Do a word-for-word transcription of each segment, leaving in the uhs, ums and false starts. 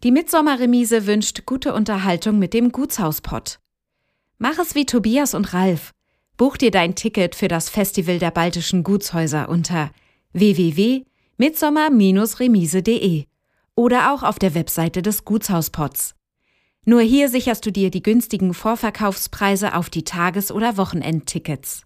Die Mitsommerremise wünscht gute Unterhaltung mit dem Gutshauspott. Mach es wie Tobias und Ralf. Buch dir dein Ticket für das Festival der baltischen Gutshäuser unter w w w punkt mitsommer Bindestrich remise punkt de oder auch auf der Webseite des Gutshauspotts. Nur hier sicherst du dir die günstigen Vorverkaufspreise auf die Tages- oder Wochenendtickets.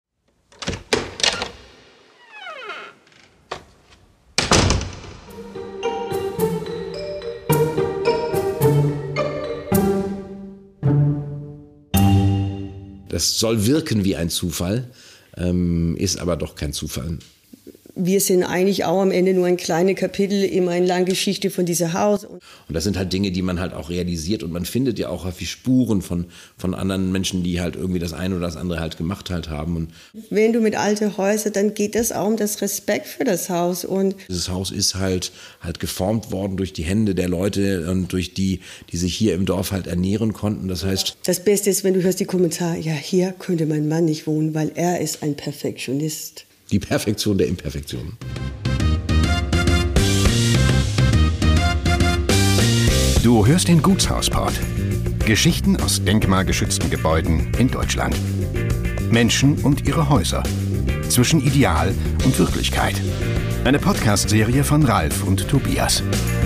Das soll wirken wie ein Zufall, ähm, ist aber doch kein Zufall. Wir sind eigentlich auch am Ende nur ein kleines Kapitel in einer langen Geschichte von diesem Haus. Und das sind halt Dinge, die man halt auch realisiert und man findet ja auch häufig Spuren von, von anderen Menschen, die halt irgendwie das eine oder das andere halt gemacht halt haben. Und wenn du mit alten Häusern, dann geht es auch um das Respekt für das Haus. Und dieses Haus ist halt, halt geformt worden durch die Hände der Leute und durch die, die sich hier im Dorf halt ernähren konnten. Das heißt, das Beste ist, wenn du hörst die Kommentare, ja, hier könnte mein Mann nicht wohnen, weil er ist ein Perfektionist. Die Perfektion der Imperfektion. Du hörst den Gutshauspott. Geschichten aus denkmalgeschützten Gebäuden in Deutschland. Menschen und ihre Häuser. Zwischen Ideal und Wirklichkeit. Eine Podcast-Serie von Ralf und Tobias.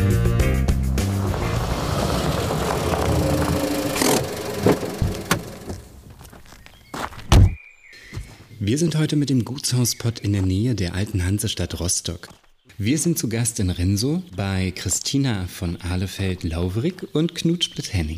Wir sind heute mit dem Gutshauspott in der Nähe der alten Hansestadt Rostock. Wir sind zu Gast in Rensow bei Christina von Ahlefeld-Lauverig und Knut Splitt-Henning.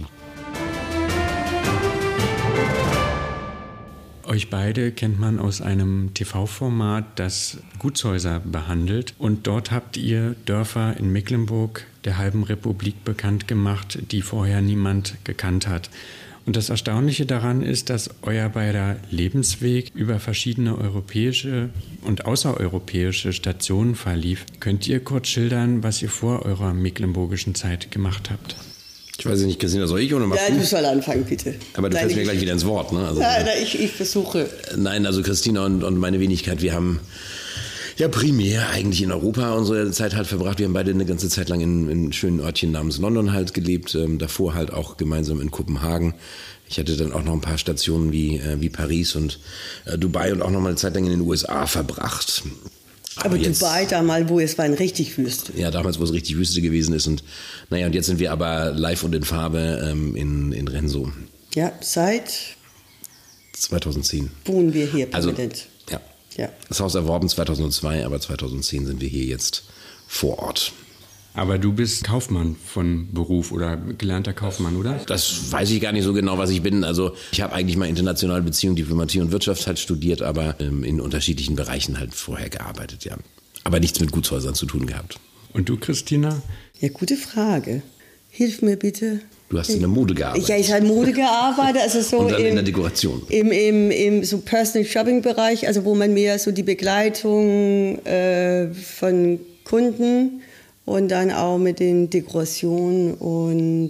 Euch beide kennt man aus einem T V-Format, das Gutshäuser behandelt. Und dort habt ihr Dörfer in Mecklenburg, der halben Republik, bekannt gemacht, die vorher niemand gekannt hat. Und das Erstaunliche daran ist, dass euer beider Lebensweg über verschiedene europäische und außereuropäische Stationen verlief. Könnt ihr kurz schildern, was ihr vor eurer mecklenburgischen Zeit gemacht habt? Ich weiß nicht, Christina, soll ich oder machst ja, du? du soll anfangen, bitte. Aber du fällst mir gleich wieder ins Wort, ne? Also, nein, nein, ich, ich versuche. Nein, also Christina und, und meine Wenigkeit, wir haben ja primär eigentlich in Europa unsere Zeit halt verbracht. Wir haben beide eine ganze Zeit lang in, in einem schönen Örtchen namens London halt gelebt, ähm, davor halt auch gemeinsam in Kopenhagen. Ich hatte dann auch noch ein paar Stationen wie, äh, wie Paris und äh, Dubai und auch noch mal eine Zeit lang in den U S A verbracht. Aber, aber jetzt, Dubai damals, wo es war, richtig Wüste. Ja, damals, wo es richtig Wüste gewesen ist. Und naja, und jetzt sind wir aber live und in Farbe ähm, in, in Rensow. Ja, seit zweitauszehn wohnen wir hier permanent. Also, ja. Ja. Das Haus erworben zweitausendzwei, aber zweitausendzehn sind wir hier jetzt vor Ort. Aber du bist Kaufmann von Beruf oder gelernter Kaufmann, oder? Das weiß ich gar nicht so genau, was ich bin. Also ich habe eigentlich mal internationale Beziehungen, Diplomatie und Wirtschaft halt studiert, aber ähm, in unterschiedlichen Bereichen halt vorher gearbeitet, ja. Aber nichts mit Gutshäusern zu tun gehabt. Und du, Christina? Ja, gute Frage. Hilf mir bitte. Du hast in der Mode gearbeitet. Ja, ich habe Mode gearbeitet, also so und dann im, in der Dekoration. Im, im, im so Personal Shopping Bereich, also wo man mehr so die Begleitung äh, von Kunden und dann auch mit den Dekorationen und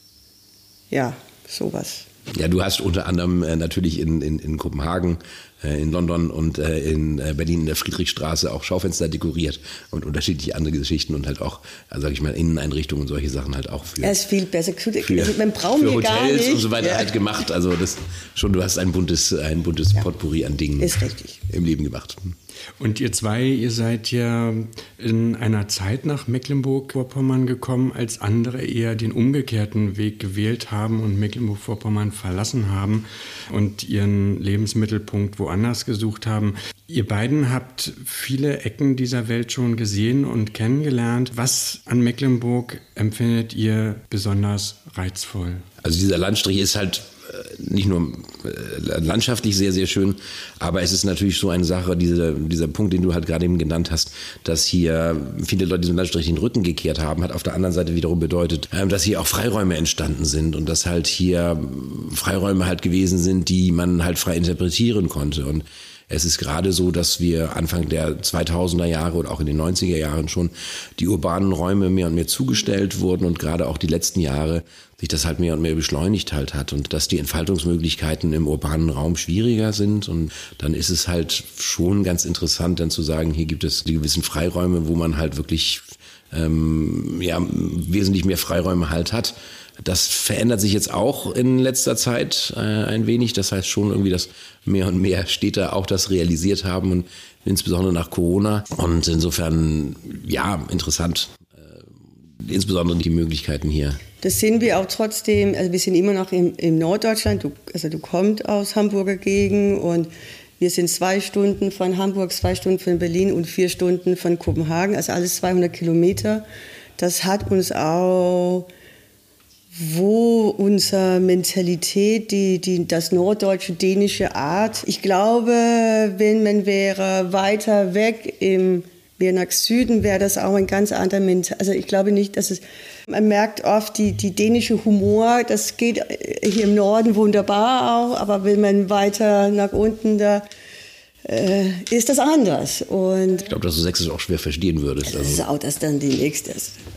ja, sowas. Ja, du hast unter anderem äh, natürlich in, in, in Kopenhagen, äh, in London und äh, in äh, Berlin in der Friedrichstraße auch Schaufenster dekoriert und unterschiedliche andere Geschichten und halt auch, also sag ich mal, Inneneinrichtungen und solche Sachen halt auch für. Er ist viel besser. Für, also man braucht für mir Hotels gar nicht. und so weiter ja. halt gemacht. Also das schon, du hast ein buntes, ein buntes ja. Potpourri an Dingen ist richtig. im Leben gemacht. Und ihr zwei, ihr seid ja in einer Zeit nach Mecklenburg-Vorpommern gekommen, als andere eher den umgekehrten Weg gewählt haben und Mecklenburg-Vorpommern verlassen haben und ihren Lebensmittelpunkt woanders gesucht haben. Ihr beiden habt viele Ecken dieser Welt schon gesehen und kennengelernt. Was an Mecklenburg empfindet ihr besonders reizvoll? Also dieser Landstrich ist halt nicht nur landschaftlich sehr, sehr schön, aber es ist natürlich so eine Sache, dieser, dieser Punkt, den du halt gerade eben genannt hast, dass hier viele Leute diesem Landstrich den Rücken gekehrt haben, hat auf der anderen Seite wiederum bedeutet, dass hier auch Freiräume entstanden sind und dass halt hier Freiräume halt gewesen sind, die man halt frei interpretieren konnte. Und es ist gerade so, dass wir Anfang der zweitausender Jahre oder auch in den neunziger Jahren schon die urbanen Räume mehr und mehr zugestellt wurden und gerade auch die letzten Jahre sich das halt mehr und mehr beschleunigt halt hat und dass die Entfaltungsmöglichkeiten im urbanen Raum schwieriger sind und dann ist es halt schon ganz interessant dann zu sagen, hier gibt es die gewissen Freiräume, wo man halt wirklich ähm, ja, wesentlich mehr Freiräume halt hat. Das verändert sich jetzt auch in letzter Zeit äh, ein wenig. Das heißt schon irgendwie, dass mehr und mehr Städte auch das realisiert haben und insbesondere nach Corona. Und insofern, ja, interessant. Äh, insbesondere die Möglichkeiten hier. Das sind wir auch trotzdem, also wir sind immer noch im, im Norddeutschland. Du, also du kommst aus Hamburger Gegend und wir sind zwei Stunden von Hamburg, zwei Stunden von Berlin und vier Stunden von Kopenhagen. Also alles zweihundert Kilometer. Das hat uns auch... wo unsere Mentalität, die, die, das norddeutsche, dänische Art. Ich glaube, wenn man wäre weiter weg, im, mehr nach Süden, wäre das auch ein ganz anderer Mental. Also ich glaube nicht, dass es, man merkt oft, die, die dänische Humor, das geht hier im Norden wunderbar auch, aber wenn man weiter nach unten da, äh, ist das anders. Und ich glaube, dass du Sächsisch auch schwer verstehen würdest. Das ist auch das dann die nächste.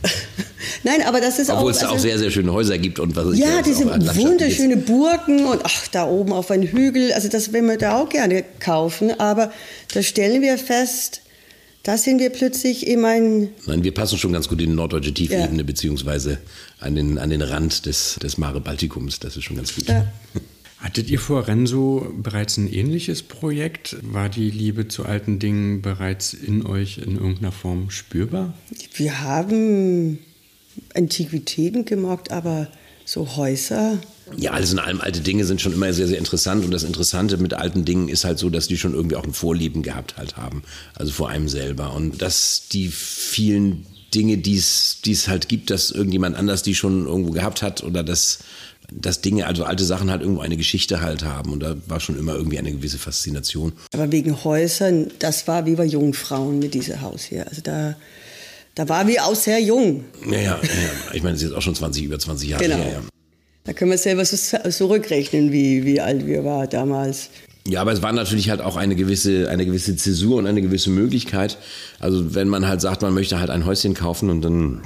Nein, aber das ist Obwohl auch... es da also, auch sehr, sehr schöne Häuser gibt. Und was ja, ich diese wunderschöne jetzt. Burgen und ach, da oben auf einem Hügel, also das werden wir da auch gerne kaufen, aber da stellen wir fest, da sind wir plötzlich immer ein... Nein, wir passen schon ganz gut in die norddeutsche Tiefebene, Ja. beziehungsweise an den, an den Rand des, des Mare Balticums, das ist schon ganz gut. Ja. Hattet ihr vor Renso bereits ein ähnliches Projekt? War die Liebe zu alten Dingen bereits in euch in irgendeiner Form spürbar? Wir haben Antiquitäten gemacht, aber so Häuser... Ja, alles in allem, alte Dinge sind schon immer sehr, sehr interessant. Und das Interessante mit alten Dingen ist halt so, dass die schon irgendwie auch ein Vorlieben gehabt halt haben. Also vor einem selber. Und dass die vielen Dinge, die es halt gibt, dass irgendjemand anders die schon irgendwo gehabt hat oder dass, dass Dinge, also alte Sachen halt irgendwo eine Geschichte halt haben. Und da war schon immer irgendwie eine gewisse Faszination. Aber wegen Häusern, das war wie bei jungen Frauen mit diesem Haus hier. Also da, da waren wir auch sehr jung. Ja, ja, ja. Ich meine, das ist jetzt auch schon zwanzig, über zwanzig Jahre Genau. her. Ja. Da können wir selber so zurückrechnen, wie, wie alt wir waren damals. Ja, aber es war natürlich halt auch eine gewisse, eine gewisse Zäsur und eine gewisse Möglichkeit. Also wenn man halt sagt, man möchte halt ein Häuschen kaufen und dann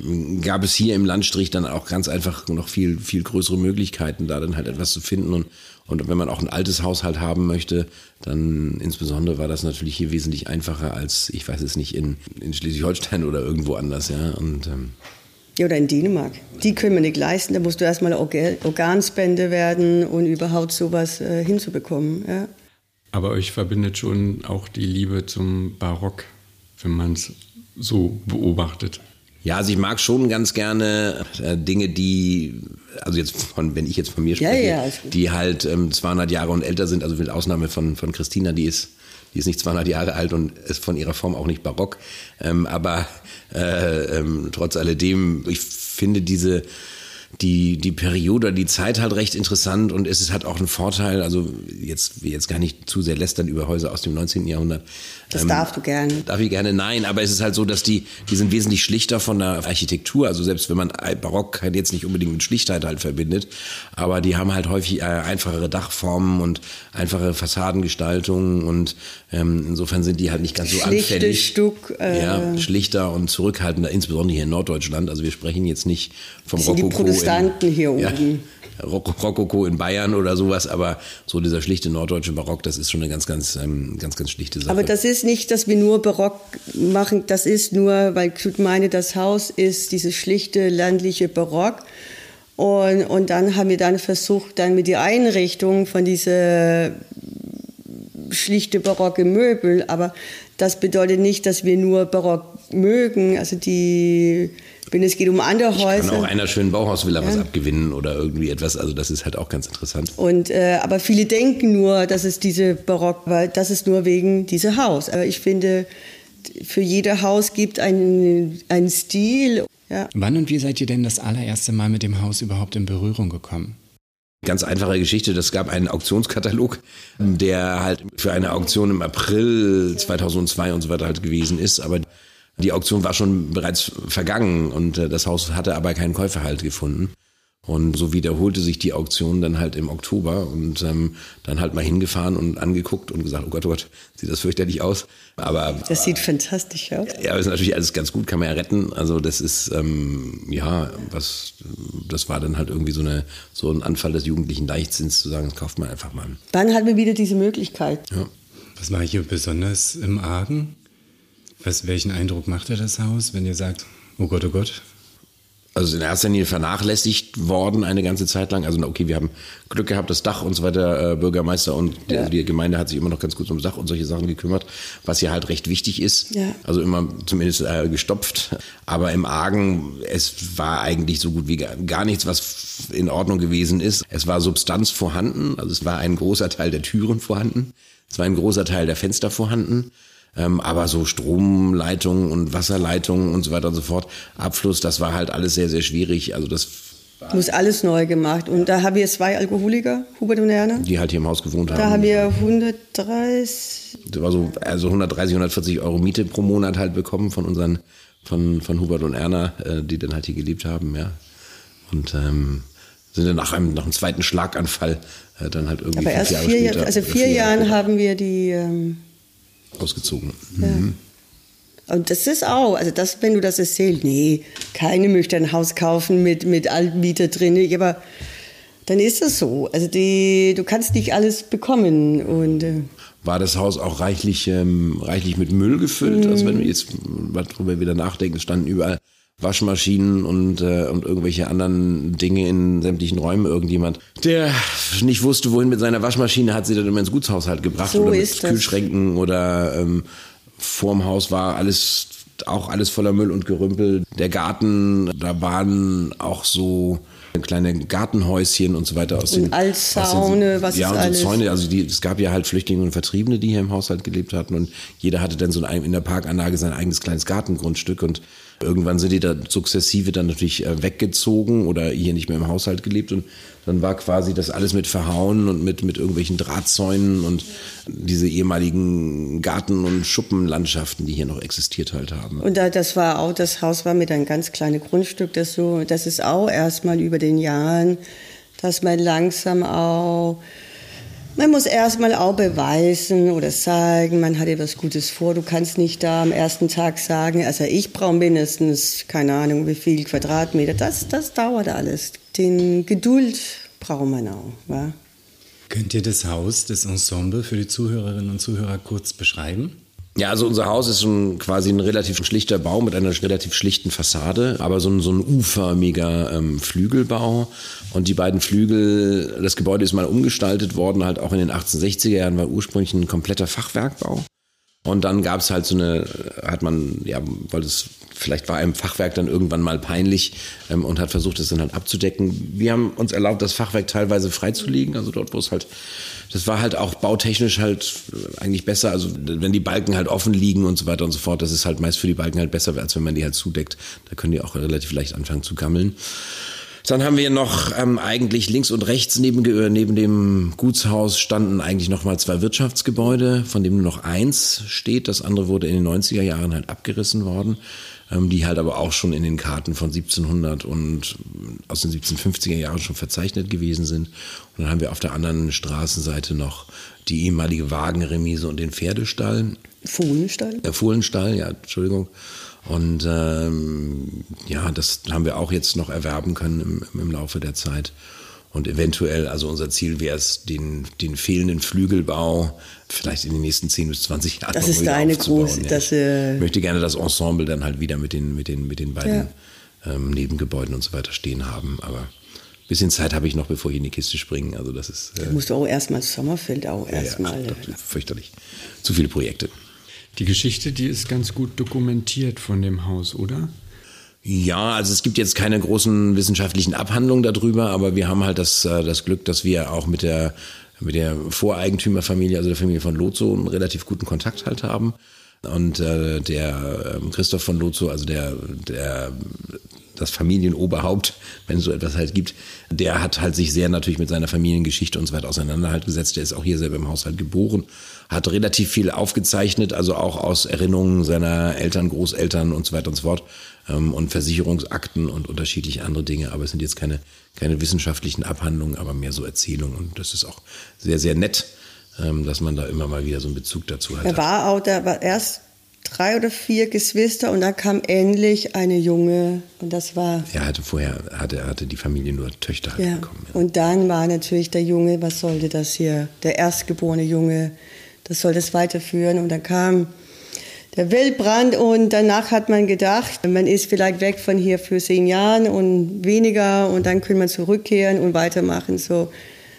gab es hier im Landstrich dann auch ganz einfach noch viel, viel größere Möglichkeiten, da dann halt etwas zu finden. Und, und wenn man auch ein altes Haus halt haben möchte, dann insbesondere war das natürlich hier wesentlich einfacher als, ich weiß es nicht, in, in Schleswig-Holstein oder irgendwo anders, ja. Und, ähm, Ja, oder in Dänemark. Die können wir nicht leisten. Da musst du erstmal Organ- Organspende werden und überhaupt sowas äh, hinzubekommen. Ja. Aber euch verbindet schon auch die Liebe zum Barock, wenn man es so beobachtet. Ja, also ich mag schon ganz gerne äh, Dinge, die, also jetzt von, wenn ich jetzt von mir spreche, Ja, ja, ist gut. die halt ähm, zweihundert Jahre und älter sind, also mit Ausnahme von, von Christina, die ist, die ist nicht zweihundert Jahre alt und ist von ihrer Form auch nicht barock, ähm, aber äh, ähm, trotz alledem, ich finde diese die die Periode, die Zeit halt recht interessant und es ist halt auch ein Vorteil, also jetzt jetzt gar nicht zu sehr lästern über Häuser aus dem neunzehnten Jahrhundert. Das ähm, darfst du gerne. Darf ich gerne, nein, aber es ist halt so, dass die die sind wesentlich schlichter von der Architektur, also selbst wenn man Barock halt jetzt nicht unbedingt mit Schlichtheit halt verbindet, aber die haben halt häufig äh, einfachere Dachformen und einfache Fassadengestaltungen und ähm, insofern sind die halt nicht ganz so Schlichte anfällig. Stuck. Äh, Ja, schlichter und zurückhaltender, insbesondere hier in Norddeutschland. Also wir sprechen jetzt nicht vom Das sind die Rokoko Protestanten in, hier ja, oben. Rokoko in Bayern oder sowas, aber so dieser schlichte norddeutsche Barock, das ist schon eine ganz, ganz, ähm, ganz, ganz schlichte Sache. Aber das ist nicht, dass wir nur Barock machen, das ist nur, weil Knut meine, das Haus ist dieses schlichte ländliche Barock. Und, und dann haben wir dann versucht, dann mit der Einrichtung von dieser schlichte barocke Möbel, aber das bedeutet nicht, dass wir nur Barock mögen, also die, wenn es geht um andere Häuser. Kann auch einer schönen Bauhausvilla ja. was abgewinnen oder irgendwie etwas, also das ist halt auch ganz interessant. Und, äh, aber viele denken nur, dass es diese Barock, weil das ist nur wegen diesem Haus. Aber ich finde, für jedes Haus gibt einen, einen Stil. Ja. Wann und wie seid ihr denn das allererste Mal mit dem Haus überhaupt in Berührung gekommen? Ganz einfache Geschichte, das gab einen Auktionskatalog, der halt für eine Auktion im April zweitausendzwei und so weiter halt gewesen ist, aber die Auktion war schon bereits vergangen und das Haus hatte aber keinen Käufer halt gefunden. Und so wiederholte sich die Auktion dann halt im Oktober und ähm, dann halt mal hingefahren und angeguckt und gesagt, oh Gott, oh Gott, sieht das fürchterlich aus. Aber das sieht fantastisch aus. Ja, aber ist natürlich alles ganz gut, kann man ja retten. Also das ist, ähm, ja, was, das war dann halt irgendwie so, eine, so ein Anfall des jugendlichen Leichtsinns zu sagen, das kauft man einfach mal. Wann hatten wir wieder diese Möglichkeit? Ja. Was war hier besonders im Argen? Was, welchen Eindruck machte das Haus, wenn ihr sagt, Oh Gott, oh Gott. Also in erster Linie vernachlässigt worden eine ganze Zeit lang. Also okay, wir haben Glück gehabt, das Dach und so weiter, äh, Bürgermeister und die, ja. also die Gemeinde hat sich immer noch ganz gut ums Dach und solche Sachen gekümmert, was ja halt recht wichtig ist. Ja. Also immer zumindest äh, gestopft. Aber im Argen, es war eigentlich so gut wie gar, gar nichts, was in Ordnung gewesen ist. Es war Substanz vorhanden, also es war ein großer Teil der Türen vorhanden, es war ein großer Teil der Fenster vorhanden. Ähm, aber so Stromleitungen und Wasserleitungen und so weiter und so fort, Abfluss, das war halt alles sehr, sehr schwierig. Also das muss alles neu gemacht. Und da haben wir zwei Alkoholiker, Hubert und Erna. Die halt hier im Haus gewohnt haben. Da haben wir hundertdreißig... Das war so, also hundertdreißig, hundertvierzig Euro Miete pro Monat halt bekommen von unseren, von, von Hubert und Erna, äh, die dann halt hier gelebt haben, ja. Und, ähm, sind dann nach einem, nach einem zweiten Schlaganfall äh, dann halt irgendwie Aber fünf erst Jahre vier später. Jahre, also vier, vier Jahren Jahre haben wir die... Ähm ausgezogen. Ja. Mhm. Und das ist auch, also das, wenn du das erzählst, nee, keine möchte ein Haus kaufen mit, mit Altmieter drin, aber dann ist das so. Also die, du kannst nicht alles bekommen. Und, äh war das Haus auch reichlich, ähm, reichlich mit Müll gefüllt? Mhm. Also wenn wir jetzt darüber wieder nachdenken, es standen überall Waschmaschinen und, äh, und irgendwelche anderen Dinge in sämtlichen Räumen. Irgendjemand, der nicht wusste, wohin mit seiner Waschmaschine, hat sie dann immer ins Gutshaushalt gebracht. So oder mit ist Kühlschränken das. Oder ähm, vorm Haus war alles, auch alles voller Müll und Gerümpel. Der Garten, da waren auch so kleine Gartenhäuschen und so weiter aus den... Und Altzaune, was ja, ist und alles? So Zäune, also die, es gab ja halt Flüchtlinge und Vertriebene, die hier im Haushalt gelebt hatten und jeder hatte dann so ein, in der Parkanlage sein eigenes kleines Gartengrundstück und irgendwann sind die da sukzessive dann natürlich weggezogen oder hier nicht mehr im Haushalt gelebt und dann war quasi das alles mit Verhauen und mit, mit irgendwelchen Drahtzäunen und diese ehemaligen Garten- und Schuppenlandschaften, die hier noch existiert halt haben. Und da, das war auch, das Haus war mit einem ganz kleinen Grundstück, das so, das ist auch erstmal über den Jahren, dass man langsam auch, man muss erstmal auch beweisen oder sagen, man hat etwas Gutes vor. Du kannst nicht da am ersten Tag sagen, also ich brauche mindestens, keine Ahnung, wie viel Quadratmeter. Das, das dauert alles. Den Geduld braucht man auch. Ja. Könnt ihr das Haus, das Ensemble für die Zuhörerinnen und Zuhörer kurz beschreiben? Ja, also unser Haus ist ein, quasi ein relativ schlichter Bau mit einer relativ schlichten Fassade, aber so ein, so ein U-förmiger ähm, Flügelbau. Und die beiden Flügel, das Gebäude ist mal umgestaltet worden, halt auch in den achtzehnhundertsechziger Jahren, war ursprünglich ein kompletter Fachwerkbau. Und dann gab es halt so eine, hat man, ja, weil es vielleicht war einem Fachwerk dann irgendwann mal peinlich ähm, und hat versucht, das dann halt abzudecken. Wir haben uns erlaubt, das Fachwerk teilweise freizulegen, also dort, wo es halt, das war halt auch bautechnisch halt eigentlich besser, also wenn die Balken halt offen liegen und so weiter und so fort, das ist halt meist für die Balken halt besser, als wenn man die halt zudeckt. Da können die auch relativ leicht anfangen zu gammeln. Dann haben wir noch ähm, eigentlich links und rechts neben, neben dem Gutshaus standen eigentlich nochmal zwei Wirtschaftsgebäude, von dem nur noch eins steht. Das andere wurde in den neunziger Jahren halt abgerissen worden, ähm, die halt aber auch schon in den Karten von siebzehnhundert und aus den siebzehnhundertfünfziger Jahren schon verzeichnet gewesen sind. Und dann haben wir auf der anderen Straßenseite noch die ehemalige Wagenremise und den Pferdestall. Fohlenstall? Der Fohlenstall, ja, Entschuldigung. Und ähm, ja, das haben wir auch jetzt noch erwerben können im, im Laufe der Zeit. Und eventuell, also unser Ziel wäre es, den, den fehlenden Flügelbau vielleicht in den nächsten zehn bis zwanzig Jahren das noch ist wieder deine aufzubauen. große, Ja, das, ich möchte gerne das Ensemble dann halt wieder mit den, mit den, mit den beiden ja. ähm, Nebengebäuden und so weiter stehen haben. Aber ein bisschen Zeit habe ich noch, bevor ich in die Kiste springe. Also das ist. Äh, da musst du auch erstmal Sommerfeld auch ja, erstmal. Ja, fürchterlich. Zu viele Projekte. Die Geschichte, die ist ganz gut dokumentiert von dem Haus, oder? Ja, also es gibt jetzt keine großen wissenschaftlichen Abhandlungen darüber, aber wir haben halt das, das Glück, dass wir auch mit der, mit der Voreigentümerfamilie, also der Familie von Lotso, einen relativ guten Kontakt halt haben. Und äh, der äh, Christoph von Lotso, also der, der das Familienoberhaupt, wenn es so etwas halt gibt, der hat halt sich sehr natürlich mit seiner Familiengeschichte und so weiter auseinander halt gesetzt. Der ist auch hier selber im Haushalt geboren, hat relativ viel aufgezeichnet, also auch aus Erinnerungen seiner Eltern, Großeltern und so weiter und so fort ähm, und Versicherungsakten und unterschiedliche andere Dinge. Aber es sind jetzt keine, keine wissenschaftlichen Abhandlungen, aber mehr so Erzählungen. Und das ist auch sehr, sehr nett, ähm, dass man da immer mal wieder so einen Bezug dazu hat. Er war auch, da war erst drei oder vier Geschwister und dann kam endlich eine Junge und das war... Er hatte vorher, hatte, hatte die Familie nur Töchter halt ja. bekommen. Ja. Und dann war natürlich der Junge, was sollte das hier, der erstgeborene Junge, das sollte es weiterführen und dann kam der Weltbrand und danach hat man gedacht, man ist vielleicht weg von hier für zehn Jahre und weniger und dann kann man zurückkehren und weitermachen. So,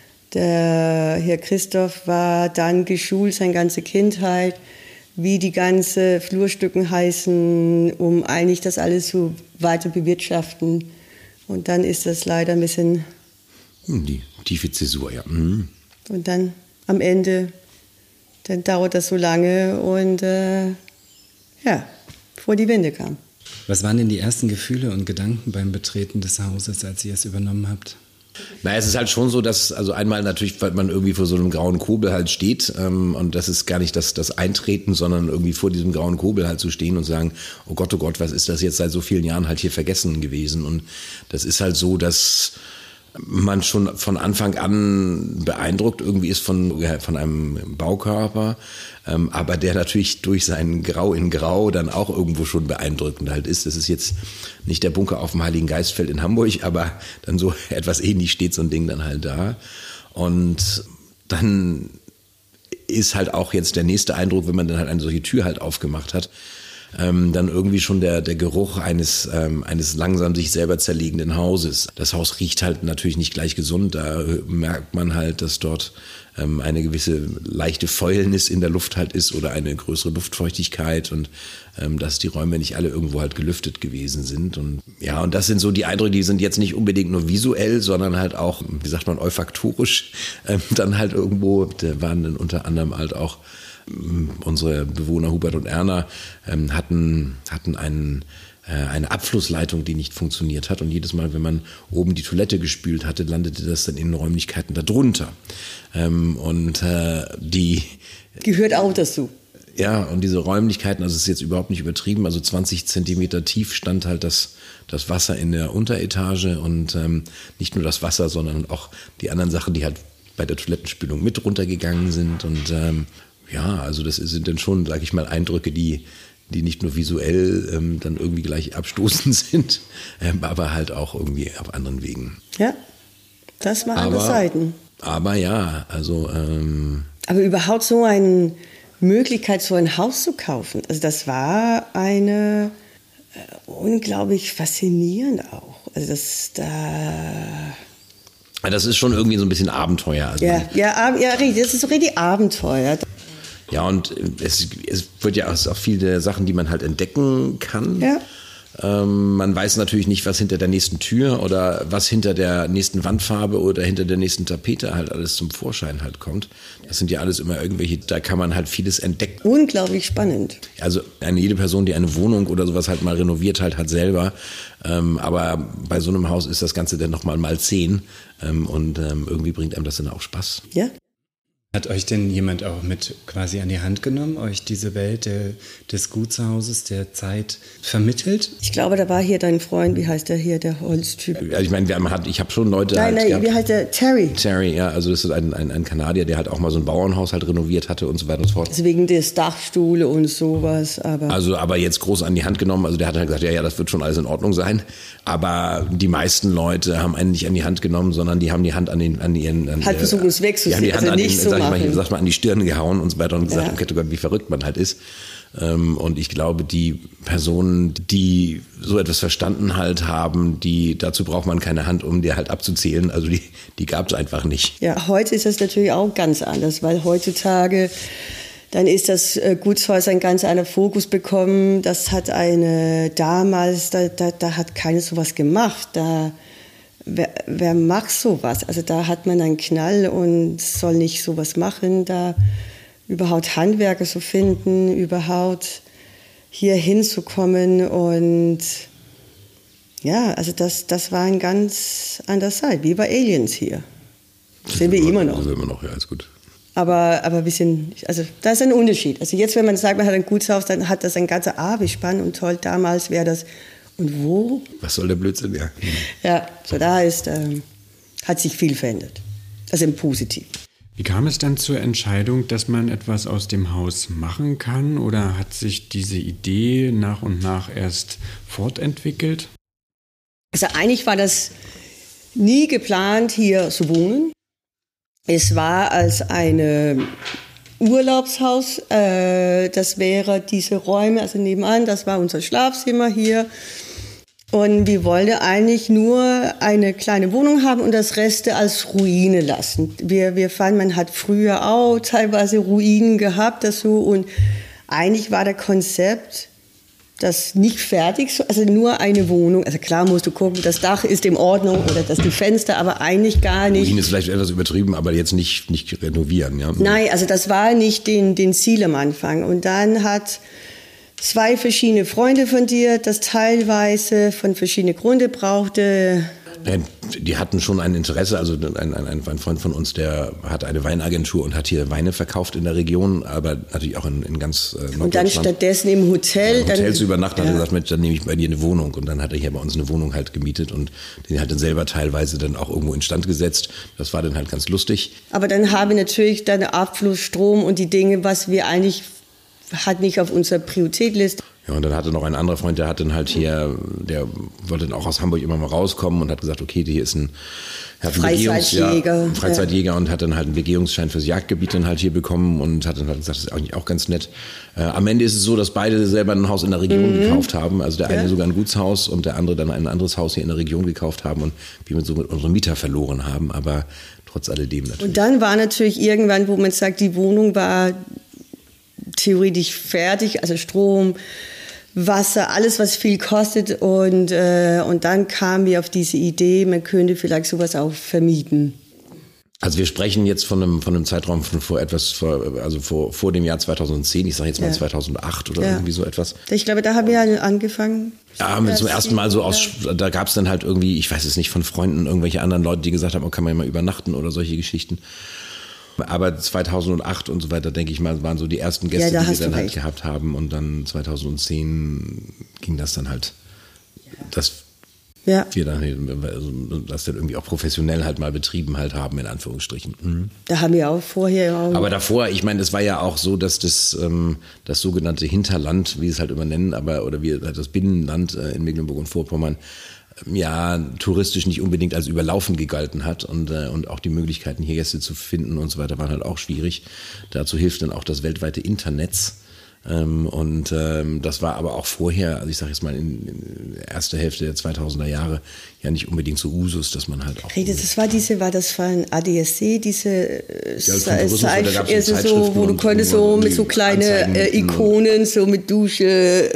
der Herr Christoph war dann geschult, seine ganze Kindheit, wie die ganze Flurstücken heißen, um eigentlich das alles so weiter bewirtschaften. Und dann ist das leider ein bisschen... Die tiefe Zäsur, ja. Mhm. Und dann am Ende, dann dauert das so lange und äh, ja, bevor die Wende kam. Was waren denn die ersten Gefühle und Gedanken beim Betreten des Hauses, als ihr es übernommen habt? Na, es ist halt schon so, dass, also einmal natürlich, weil man irgendwie vor so einem grauen Kobel halt steht, ähm, und das ist gar nicht das, das Eintreten, sondern irgendwie vor diesem grauen Kobel halt zu stehen und sagen, oh Gott, oh Gott, was ist das jetzt seit so vielen Jahren halt hier vergessen gewesen? Und das ist halt so, dass man schon von Anfang an beeindruckt irgendwie ist von, von einem Baukörper, ähm, aber der natürlich durch sein Grau in Grau dann auch irgendwo schon beeindruckend halt ist. Das ist jetzt nicht der Bunker auf dem Heiligen Geistfeld in Hamburg, aber dann so etwas ähnlich steht so ein Ding dann halt da. Und dann ist halt auch jetzt der nächste Eindruck, wenn man dann halt eine solche Tür halt aufgemacht hat, Ähm, dann irgendwie schon der, der Geruch eines, ähm, eines langsam sich selber zerlegenden Hauses. Das Haus riecht halt natürlich nicht gleich gesund, da merkt man halt, dass dort ähm, eine gewisse leichte Fäulnis in der Luft halt ist oder eine größere Luftfeuchtigkeit und ähm, dass die Räume nicht alle irgendwo halt gelüftet gewesen sind. Und ja, und das sind so die Eindrücke, die sind jetzt nicht unbedingt nur visuell, sondern halt auch, wie sagt man, olfaktorisch, ähm, dann halt irgendwo, da waren dann unter anderem halt auch unsere Bewohner Hubert und Erna ähm, hatten, hatten einen, äh, eine Abflussleitung, die nicht funktioniert hat. Und jedes Mal, wenn man oben die Toilette gespült hatte, landete das dann in den Räumlichkeiten darunter. Ähm, und äh, die... Gehört auch dazu. Ja, und diese Räumlichkeiten, also es ist jetzt überhaupt nicht übertrieben, also zwanzig Zentimeter tief stand halt das, das Wasser in der Unteretage und ähm, nicht nur das Wasser, sondern auch die anderen Sachen, die halt bei der Toilettenspülung mit runtergegangen sind und ähm, ja, also das sind dann schon, sage ich mal, Eindrücke, die, die nicht nur visuell ähm, dann irgendwie gleich abstoßend sind, ähm, aber halt auch irgendwie auf anderen Wegen. Ja, das waren andere Seiten. Aber ja, also... Ähm, aber überhaupt so eine Möglichkeit, so ein Haus zu kaufen, also das war eine äh, unglaublich faszinierend auch. Also das da... Das ist schon irgendwie so ein bisschen Abenteuer. Also ja, ja, ja, richtig, das ist so richtig Abenteuer. Ja, und es, es wird ja auch viel der Sachen, die man halt entdecken kann. Ja. Ähm, man weiß natürlich nicht, was hinter der nächsten Tür oder was hinter der nächsten Wandfarbe oder hinter der nächsten Tapete halt alles zum Vorschein halt kommt. Das sind ja alles immer irgendwelche, da kann man halt vieles entdecken. Unglaublich spannend. Also eine jede Person, die eine Wohnung oder sowas halt mal renoviert halt, hat selber. Ähm, aber bei so einem Haus ist das Ganze dann nochmal mal zehn. Ähm, und ähm, irgendwie bringt einem das dann auch Spaß. Ja. Hat euch denn jemand auch mit quasi an die Hand genommen, euch diese Welt der, des Gutshauses, der Zeit vermittelt? Ich glaube, da war hier dein Freund, wie heißt der hier, der Holztyp? Ja, ich meine, wir haben, ich habe schon Leute Nein, halt nein, gehabt. wie heißt der? Terry. Terry, ja, also das ist ein, ein, ein Kanadier, der halt auch mal so ein Bauernhaus halt renoviert hatte und so weiter und so fort. Also wegen des Dachstuhle und sowas, aber... Also aber jetzt groß an die Hand genommen, also der hat halt gesagt, ja, ja, das wird schon alles in Ordnung sein. Aber die meisten Leute haben einen nicht an die Hand genommen, sondern die haben die Hand an den, an ihren... An halt versucht, es wegzuziehen, die haben die Hand also an nicht den, so sag ich machen. mal, sag mal, an die Stirn gehauen und so weiter und gesagt, Ja. okay, Gott, wie verrückt man halt ist. Und ich glaube, die Personen, die so etwas verstanden halt haben, die dazu braucht man keine Hand, um dir halt abzuzählen. Also die, die gab es einfach nicht. Ja, heute ist das natürlich auch ganz anders, weil heutzutage, dann ist das Gutshaus ein ganz anderer Fokus bekommen. Das hat eine, damals, da, da, da hat keiner sowas gemacht. Da, wer, wer macht sowas? Also da hat man einen Knall und soll nicht sowas machen. Da überhaupt Handwerker zu finden, überhaupt hier hinzukommen und ja, also das, das war ein ganz anderer Zeit, wie bei Aliens hier. Sind wir immer noch. Sind wir immer noch, ja, ist gut. Aber, aber ein bisschen, also da ist ein Unterschied. Also jetzt, wenn man sagt, man hat ein Gutshaus, dann hat das ein ganzer Ah, wie spannend und toll. Damals wäre das, und wo? Was soll der Blödsinn, ja. Ja, so da ist, ähm, hat sich viel verändert. Also im Positiven. Wie kam es dann zur Entscheidung, dass man etwas aus dem Haus machen kann? Oder hat sich diese Idee nach und nach erst fortentwickelt? Also eigentlich war das nie geplant, hier zu wohnen. Es war als eine Urlaubshaus. Äh, das wäre diese Räume, also nebenan, das war unser Schlafzimmer hier. Und wir wollten eigentlich nur eine kleine Wohnung haben und das Reste als Ruine lassen. Wir, wir fanden, man hat früher auch teilweise Ruinen gehabt, das so. Und eigentlich war das Konzept, das nicht fertig, also nur eine Wohnung. Also klar musst du gucken, das Dach ist in Ordnung oder das die Fenster, aber eigentlich gar nicht. Ruine ist vielleicht etwas übertrieben, aber jetzt nicht, nicht renovieren. Ja? Nein, also das war nicht den, den Ziel am Anfang. Und dann hat zwei verschiedene Freunde von dir, das teilweise von verschiedenen Gründen brauchte. Die hatten schon ein Interesse, also ein, ein, ein Freund von uns, der hat eine Weinagentur und hat hier Weine verkauft in der Region, aber natürlich auch in, in ganz äh, Und dann stattdessen im Hotel. Im Hotel dann, zu übernachten, ja. hat er gesagt, Mensch, dann nehme ich bei dir eine Wohnung. Und dann hat er hier bei uns eine Wohnung halt gemietet und den hat er selber teilweise dann auch irgendwo instand gesetzt. Das war dann halt ganz lustig. Aber dann haben wir natürlich dann Abfluss, Strom und die Dinge, was wir eigentlich hat nicht auf unserer Prioritätliste. Ja, und dann hatte noch ein anderer Freund, der hat dann halt hier, der wollte dann auch aus Hamburg immer mal rauskommen und hat gesagt, okay, hier ist ein, hat einen Freizeitjäger, ja, Freizeitjäger ja. und hat dann halt einen Begehungsschein fürs Jagdgebiet dann halt hier bekommen und hat dann halt gesagt, das ist eigentlich auch ganz nett. Äh, am Ende ist es so, dass beide selber ein Haus in der Region mhm. gekauft haben, also der eine ja. sogar ein Gutshaus und der andere dann ein anderes Haus hier in der Region gekauft haben und wir mit so mit unseren Mieter verloren haben, aber trotz alledem natürlich. Und dann war natürlich irgendwann, wo man sagt, die Wohnung war theoretisch fertig, also Strom, Wasser, alles, was viel kostet. Und, äh, und dann kamen wir auf diese Idee, man könnte vielleicht sowas auch vermieten. Also wir sprechen jetzt von einem, von einem Zeitraum von vor etwas, vor, also vor, vor dem Jahr zweitausendzehn, ich sage jetzt mal ja. zweitausendacht oder ja. irgendwie so etwas. Ich glaube, da haben wir ja angefangen. Ja, haben wir zum ersten Mal so aus, da gab es dann halt irgendwie, ich weiß es nicht, von Freunden, irgendwelche anderen Leute, die gesagt haben, oh, kann man ja mal übernachten oder solche Geschichten. Aber zweitausendacht und so weiter, denke ich mal, waren so die ersten Gäste, ja, die wir dann halt gehabt haben. Und dann zweitausendzehn ging das dann halt, dass ja. wir dann, also das dann irgendwie auch professionell halt mal betrieben halt haben, in Anführungsstrichen. Mhm. Da haben wir auch vorher auch. Aber davor, ich meine, es war ja auch so, dass das, ähm, das sogenannte Hinterland, wie es halt immer nennen, aber, oder wie das Binnenland äh, in Mecklenburg und Vorpommern, ja, touristisch nicht unbedingt als überlaufen gegalten hat und, äh, und auch die Möglichkeiten, hier Gäste zu finden und so weiter, waren halt auch schwierig. Dazu hilft dann auch das weltweite Internet. Ähm, und ähm, das war aber auch vorher, also ich sage jetzt mal in, in der ersten Hälfte der zweitausender Jahre, ja nicht unbedingt so Usus, dass man halt auch... Das war diese, war das von A D S C, diese ja, Seif, so, so, wo du konntest so mit so kleine äh, Ikonen, so mit Dusche,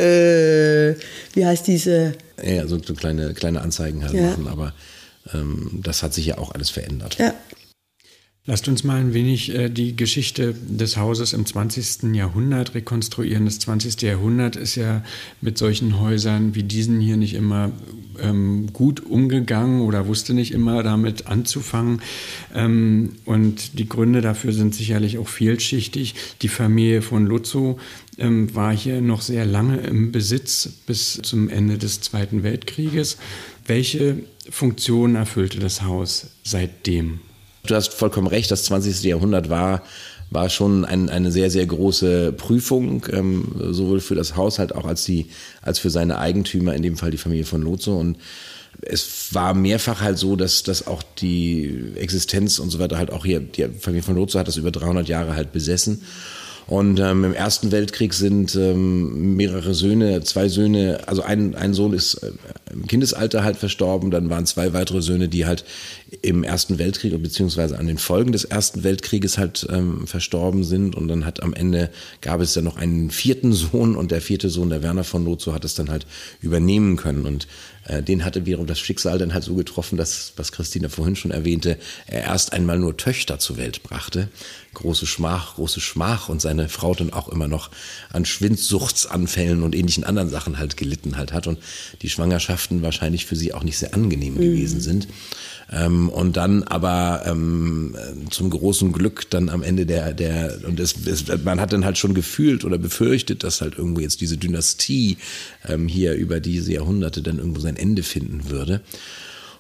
äh, wie heißt diese... Ja, so, so kleine, kleine Anzeigen halt ja. machen, aber ähm, das hat sich ja auch alles verändert. Ja. Lasst uns mal ein wenig äh, die Geschichte des Hauses im zwanzigsten Jahrhundert rekonstruieren. Das zwanzigste Jahrhundert ist ja mit solchen Häusern wie diesen hier nicht immer ähm, gut umgegangen oder wusste nicht immer damit anzufangen. Ähm, und die Gründe dafür sind sicherlich auch vielschichtig. Die Familie von Lutzow ähm, war hier noch sehr lange im Besitz bis zum Ende des Zweiten Weltkrieges. Welche Funktion erfüllte das Haus seitdem? Du hast vollkommen recht, das zwanzigste Jahrhundert war, war schon ein, eine sehr, sehr große Prüfung, ähm, sowohl für das Haus halt auch als, die, als für seine Eigentümer, in dem Fall die Familie von Lutzow. Und es war mehrfach halt so, dass, dass auch die Existenz und so weiter halt auch hier, die Familie von Lutzow hat das über dreihundert Jahre halt besessen. Und ähm, im Ersten Weltkrieg sind ähm, mehrere Söhne, zwei Söhne, also ein, ein Sohn ist äh, im Kindesalter halt verstorben, dann waren zwei weitere Söhne, die halt im Ersten Weltkrieg beziehungsweise an den Folgen des Ersten Weltkrieges halt ähm, verstorben sind. Und dann hat am Ende, gab es dann noch einen vierten Sohn und der vierte Sohn, der Werner von Lutzow, hat es dann halt übernehmen können. Und äh, den hatte wiederum das Schicksal dann halt so getroffen, dass, was Christina vorhin schon erwähnte, er erst einmal nur Töchter zur Welt brachte. Große Schmach, große Schmach und seine Frau dann auch immer noch an Schwindsuchtsanfällen und ähnlichen anderen Sachen halt gelitten halt hat und die Schwangerschaften wahrscheinlich für sie auch nicht sehr angenehm mhm. gewesen sind. Ähm, und dann aber ähm, zum großen Glück dann am Ende der, der und es, es, man hat dann halt schon gefühlt oder befürchtet, dass halt irgendwo jetzt diese Dynastie ähm, hier über diese Jahrhunderte dann irgendwo sein Ende finden würde.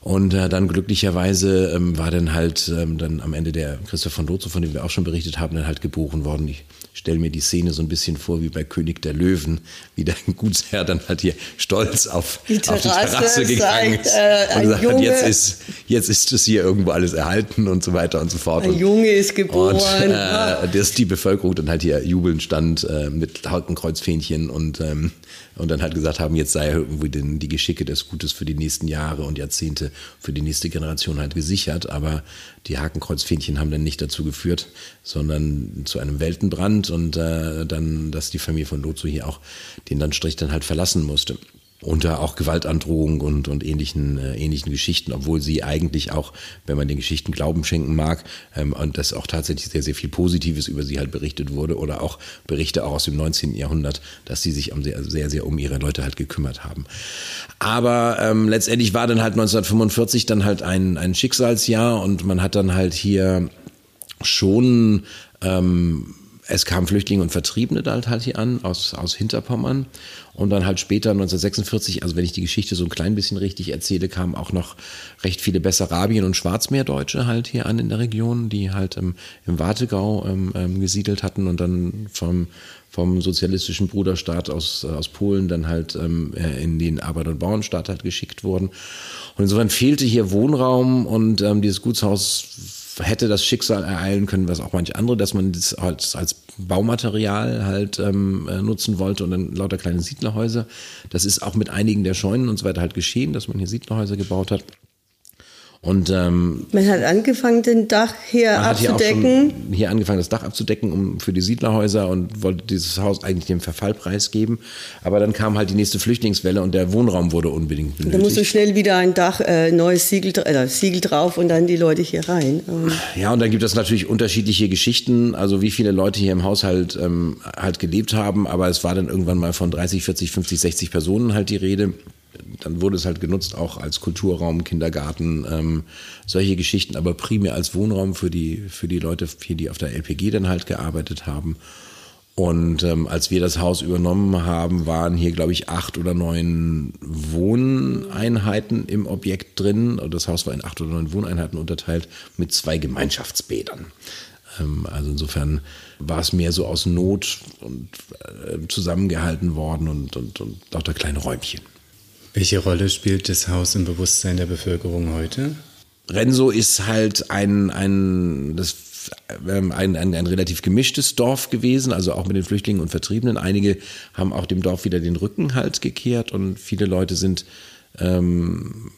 Und äh, dann glücklicherweise ähm, war dann halt ähm, dann am Ende der Christoph von Lotzow, von dem wir auch schon berichtet haben, dann halt geboren worden. Ich stelle mir die Szene so ein bisschen vor wie bei König der Löwen, wie der Gutsherr dann halt hier stolz auf die Terrasse, auf die Terrasse gegangen ist äh, und gesagt hat, jetzt ist, jetzt ist es hier irgendwo alles erhalten und so weiter und so fort. Ein und, Junge ist geboren. Und äh, dass die Bevölkerung dann halt hier jubelnd stand äh, mit Hakenkreuzfähnchen und, ähm, und dann halt gesagt haben, jetzt sei irgendwie den, die Geschicke des Gutes für die nächsten Jahre und Jahrzehnte für die nächste Generation halt gesichert. Aber die Hakenkreuzfähnchen haben dann nicht dazu geführt, sondern zu einem Weltenbrand und äh, dann, dass die Familie von Lotzow hier auch den Landstrich dann halt verlassen musste. Unter auch Gewaltandrohung und, und ähnlichen, äh, ähnlichen Geschichten, obwohl sie eigentlich auch, wenn man den Geschichten Glauben schenken mag, ähm, und das auch tatsächlich sehr, sehr viel Positives über sie halt berichtet wurde oder auch Berichte auch aus dem neunzehnten Jahrhundert, dass sie sich sehr, sehr, sehr um ihre Leute halt gekümmert haben. Aber ähm, letztendlich war dann halt neunzehnhundertfünfundvierzig dann halt ein, ein Schicksalsjahr und man hat dann halt hier schon, ähm, es kamen Flüchtlinge und Vertriebene halt, halt hier an aus, aus Hinterpommern. Und dann halt später neunzehnhundertsechsundvierzig, also wenn ich die Geschichte so ein klein bisschen richtig erzähle, kamen auch noch recht viele Bessarabien und Schwarzmeerdeutsche halt hier an in der Region, die halt ähm, im Warthegau ähm, ähm, gesiedelt hatten und dann vom, vom sozialistischen Bruderstaat aus, aus Polen dann halt ähm, in den Arbeiter- und Bauernstaat halt geschickt wurden. Und insofern fehlte hier Wohnraum und ähm, dieses Gutshaus hätte das Schicksal ereilen können, was auch manche andere, dass man das als, als Baumaterial halt ähm, nutzen wollte und dann lauter kleine Siedlerhäuser. Das ist auch mit einigen der Scheunen und so weiter halt geschehen, dass man hier Siedlerhäuser gebaut hat. Und ähm, man hat angefangen, den Dach hier man hat abzudecken. Hier, auch schon hier angefangen, das Dach abzudecken, um für die Siedlerhäuser und wollte dieses Haus eigentlich dem Verfall preisgeben. Aber dann kam halt die nächste Flüchtlingswelle und der Wohnraum wurde unbedingt benötigt. Da musste schnell wieder ein Dach, äh, neues Siegel, äh, Siegel drauf und dann die Leute hier rein. Und ja, und dann gibt es natürlich unterschiedliche Geschichten, also wie viele Leute hier im Haushalt ähm, halt gelebt haben. Aber es war dann irgendwann mal von dreißig, vierzig, fünfzig, sechzig Personen halt die Rede. Dann wurde es halt genutzt, auch als Kulturraum, Kindergarten, ähm, solche Geschichten, aber primär als Wohnraum für die, für die Leute, hier, die auf der L P G dann halt gearbeitet haben. Und ähm, als wir das Haus übernommen haben, waren hier, glaube ich, acht oder neun Wohneinheiten im Objekt drin. Das Haus war in acht oder neun Wohneinheiten unterteilt mit zwei Gemeinschaftsbädern. Ähm, also insofern war es mehr so aus Not und äh, zusammengehalten worden und, und, und lauter kleine Räumchen. Welche Rolle spielt das Haus im Bewusstsein der Bevölkerung heute? Renso ist halt ein, ein, das, ähm, ein, ein, ein relativ gemischtes Dorf gewesen, also auch mit den Flüchtlingen und Vertriebenen. Einige haben auch dem Dorf wieder den Rücken halt gekehrt und viele Leute sind, ähm,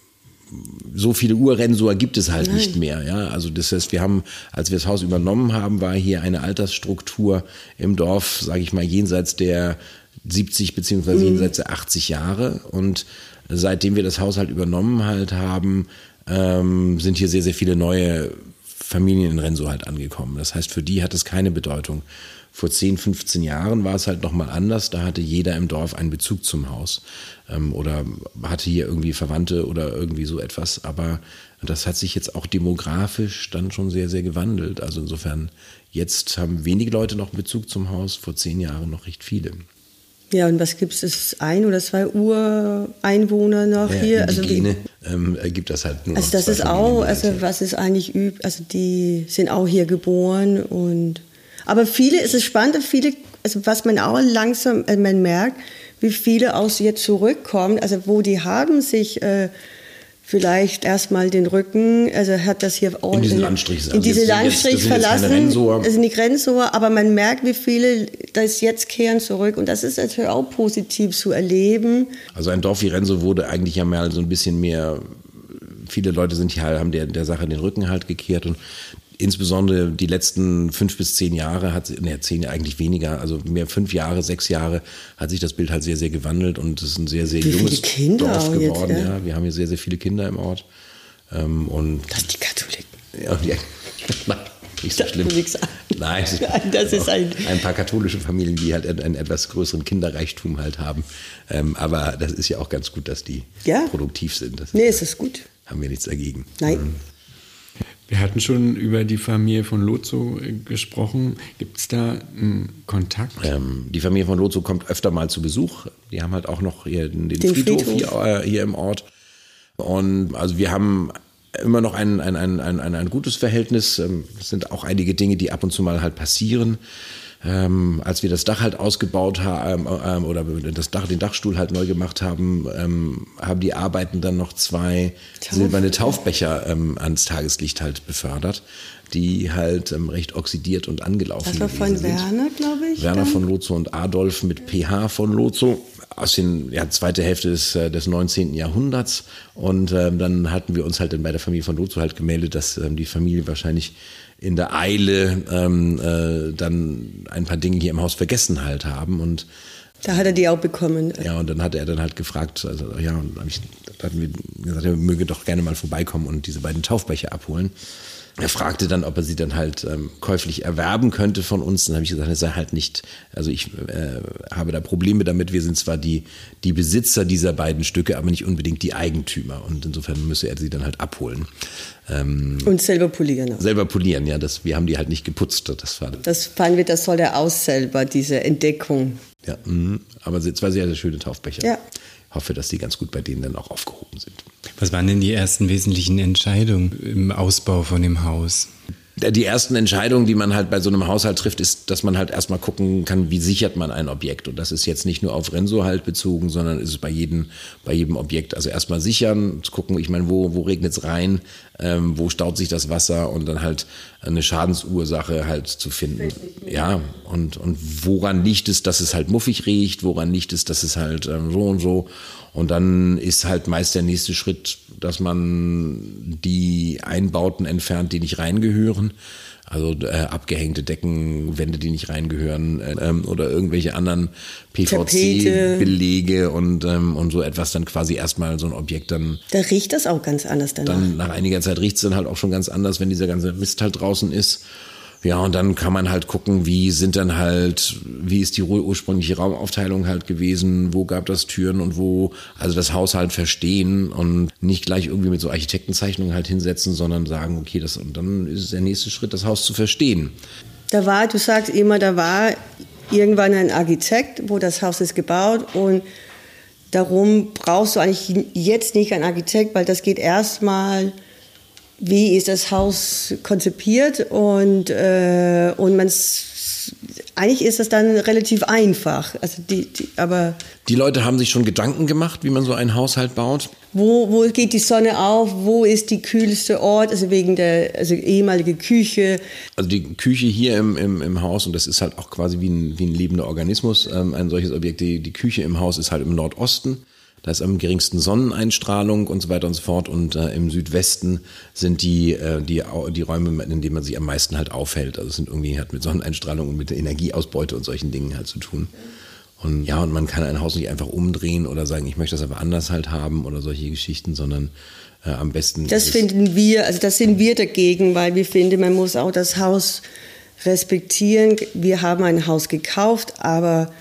so viele Ur-Rensoer gibt es halt Nein. nicht mehr. Ja? Also das heißt, wir haben, als wir das Haus übernommen haben, war hier eine Altersstruktur im Dorf, sage ich mal, jenseits der siebzig beziehungsweise jenseits der achtzig Jahre und seitdem wir das Haus halt übernommen halt haben, ähm, sind hier sehr, sehr viele neue Familien in Renso halt angekommen. Das heißt, für die hat es keine Bedeutung. Vor zehn, fünfzehn Jahren war es halt nochmal anders. Da hatte jeder im Dorf einen Bezug zum Haus ähm, oder hatte hier irgendwie Verwandte oder irgendwie so etwas. Aber das hat sich jetzt auch demografisch dann schon sehr, sehr gewandelt. Also insofern, jetzt haben wenige Leute noch einen Bezug zum Haus, vor zehn Jahren noch recht viele. Ja, und was gibt es? Ein oder zwei Ureinwohner noch ja, hier? Indigene, also ähm, gibt das halt nur Also das ist auch, also was ist eigentlich übt, also die sind auch hier geboren und aber viele, es ist spannend, viele, also was man auch langsam, also man merkt, wie viele aus jetzt zurückkommen, also wo die haben sich äh, vielleicht erstmal den Rücken, also hat das hier auch in diesen Landstrich, in, in diese Landstrich jetzt, verlassen, das sind die Rensoer, aber man merkt, wie viele das jetzt kehren zurück und das ist natürlich auch positiv zu erleben. Also ein Dorf wie Renso wurde eigentlich ja mal so ein bisschen mehr, viele Leute sind hier, haben der, der Sache den Rücken halt gekehrt und insbesondere die letzten fünf bis zehn Jahre hat, ne, zehn eigentlich weniger, also mehr fünf Jahre, sechs Jahre hat sich das Bild halt sehr, sehr gewandelt und es ist ein sehr, sehr Wie junges Dorf geworden. Jetzt, ja? Ja, wir haben hier sehr, sehr viele Kinder im Ort. Ähm, und das sind die Katholiken. Ja, die, nein, nicht so schlimm. Nein, das ist ein, ein paar katholische Familien, die halt einen, einen etwas größeren Kinderreichtum halt haben. Ähm, aber das ist ja auch ganz gut, dass die ja. produktiv sind. Das nee, ist, es ist gut. Haben wir nichts dagegen. Nein. Ähm, Wir hatten schon über die Familie von Lotzow gesprochen. Gibt es da einen Kontakt? Ähm, die Familie von Lotzow kommt öfter mal zu Besuch. Die haben halt auch noch hier den, den Den Friedhof, Friedhof. Hier, äh, hier im Ort. Und also wir haben immer noch ein, ein, ein, ein, ein gutes Verhältnis. Es sind auch einige Dinge, die ab und zu mal halt passieren. Ähm, als wir das Dach halt ausgebaut haben ähm, oder das Dach, den Dachstuhl halt neu gemacht haben, ähm, haben die Arbeiten dann noch zwei Tauf. silberne Taufbecher ähm, ans Tageslicht halt befördert, die halt ähm, recht oxidiert und angelaufen sind. Das war von Werner, glaube ich. Werner dann? von Lozo und Adolf mit P H von Lozo aus den ja, zweite Hälfte des, des neunzehnten Jahrhunderts. Und ähm, dann hatten wir uns halt dann bei der Familie von Lozo halt gemeldet, dass ähm, die Familie wahrscheinlich in der Eile ähm, äh, dann ein paar Dinge hier im Haus vergessen halt haben. Und da hat er die auch bekommen. Ja, und dann hat er dann halt gefragt, also ja, und dann hab ich, da hatten wir gesagt, er möge doch gerne mal vorbeikommen und diese beiden Taufbecher abholen. Er fragte dann, ob er sie dann halt ähm, käuflich erwerben könnte von uns. Dann habe ich gesagt, es sei halt nicht, also ich äh, habe da Probleme damit. Wir sind zwar die, die Besitzer dieser beiden Stücke, aber nicht unbedingt die Eigentümer. Und insofern müsse er sie dann halt abholen. Ähm, und selber polieren. Auch. Selber polieren, ja. Das, wir haben die halt nicht geputzt. Das war das fanden wir, das soll er aus selber, diese Entdeckung. Ja, mh. Aber zwei sehr, sehr schöne Taufbecher. Ja. Ich hoffe, dass die ganz gut bei denen dann auch aufgehoben sind. Was waren denn die ersten wesentlichen Entscheidungen im Ausbau von dem Haus? Die ersten Entscheidungen, die man halt bei so einem Haushalt trifft, ist, dass man halt erstmal gucken kann, wie sichert man ein Objekt. Und das ist jetzt nicht nur auf Renzo halt bezogen, sondern ist es bei jedem, bei jedem Objekt. Also erstmal sichern, zu gucken, ich meine, wo, wo regnet es rein, ähm, wo staut sich das Wasser und dann halt eine Schadensursache halt zu finden. Ja, und, und woran liegt es, dass es halt muffig riecht, woran liegt es, dass es halt ähm, so und so. Und dann ist halt meist der nächste Schritt, dass man die Einbauten entfernt, die nicht reingehören. Also äh, abgehängte Deckenwände, die nicht reingehören äh, oder irgendwelche anderen P V C-Belege und, ähm, und so etwas dann quasi erstmal so ein Objekt dann... Da riecht das auch ganz anders danach. Dann nach einiger Zeit riecht es dann halt auch schon ganz anders, wenn dieser ganze Mist halt draußen ist. Ja, und dann kann man halt gucken, wie sind dann halt, wie ist die ursprüngliche Raumaufteilung halt gewesen, wo gab das Türen und wo, also das Haus halt verstehen und nicht gleich irgendwie mit so Architektenzeichnungen halt hinsetzen, sondern sagen, okay, das, und dann ist der nächste Schritt, das Haus zu verstehen. Da war, du sagst immer, da war irgendwann ein Architekt, wo das Haus ist gebaut und darum brauchst du eigentlich jetzt nicht einen Architekt, weil das geht erstmal... Wie ist das Haus konzipiert und, äh, und man eigentlich ist das dann relativ einfach. Also die, die, aber die Leute haben sich schon Gedanken gemacht, wie man so einen Haushalt baut. Wo, wo geht die Sonne auf? Wo ist die kühlste Ort? Also wegen der also ehemalige Küche. Also die Küche hier im, im, im Haus, und das ist halt auch quasi wie ein, wie ein lebender Organismus, ähm, ein solches Objekt. Die, die Küche im Haus ist halt im Nordosten. Da ist am geringsten Sonneneinstrahlung und so weiter und so fort. Und äh, im Südwesten sind die, äh, die, die Räume, in denen man sich am meisten halt aufhält. Also es sind irgendwie halt mit Sonneneinstrahlung und mit der Energieausbeute und solchen Dingen halt zu tun. Und ja, und man kann ein Haus nicht einfach umdrehen oder sagen, ich möchte das aber anders halt haben oder solche Geschichten, sondern äh, am besten... Das finden wir, also das sind wir dagegen, weil wir finden, man muss auch das Haus respektieren. Wir haben ein Haus gekauft, aber...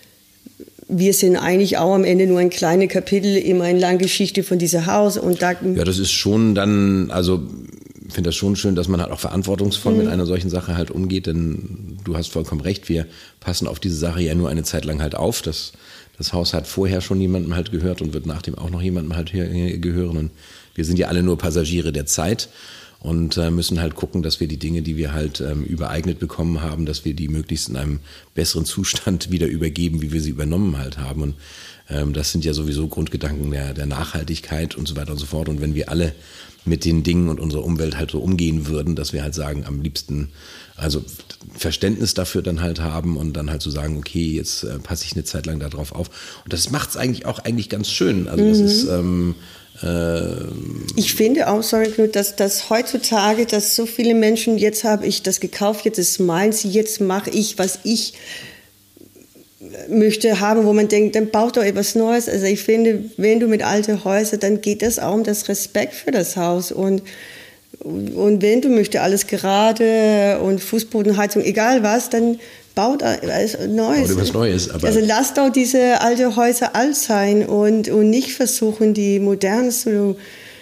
Wir sind eigentlich auch am Ende nur ein kleines Kapitel in einer langen Geschichte von diesem Haus. Und da ja, das ist schon dann, also ich finde das schon schön, dass man halt auch verantwortungsvoll mhm. mit einer solchen Sache halt umgeht, denn du hast vollkommen recht, wir passen auf diese Sache ja nur eine Zeit lang halt auf. Das, das Haus hat vorher schon jemandem halt gehört und wird nach dem auch noch jemandem halt gehören. Und wir sind ja alle nur Passagiere der Zeit. Und äh, müssen halt gucken, dass wir die Dinge, die wir halt ähm, übereignet bekommen haben, dass wir die möglichst in einem besseren Zustand wieder übergeben, wie wir sie übernommen halt haben. Und ähm, das sind ja sowieso Grundgedanken der, der Nachhaltigkeit und so weiter und so fort. Und wenn wir alle mit den Dingen und unserer Umwelt halt so umgehen würden, dass wir halt sagen, am liebsten, also Verständnis dafür dann halt haben und dann halt so sagen, okay, jetzt äh, passe ich eine Zeit lang da drauf auf. Und das macht es eigentlich auch eigentlich ganz schön. Also das mhm. ist... Ähm, Ich finde auch, sorry Knut, dass, dass heutzutage, dass so viele Menschen, jetzt habe ich das gekauft, jetzt ist meins, jetzt mache ich, was ich möchte haben, wo man denkt, dann baut doch etwas Neues. Also ich finde, wenn du mit alten Häusern, dann geht es auch um das Respekt für das Haus und und wenn du möchtest alles gerade und Fußbodenheizung, egal was, dann baut alles Neues. Oder was Neues. Aber also lasst doch diese alten Häuser alt sein und, und nicht versuchen, die modern zu,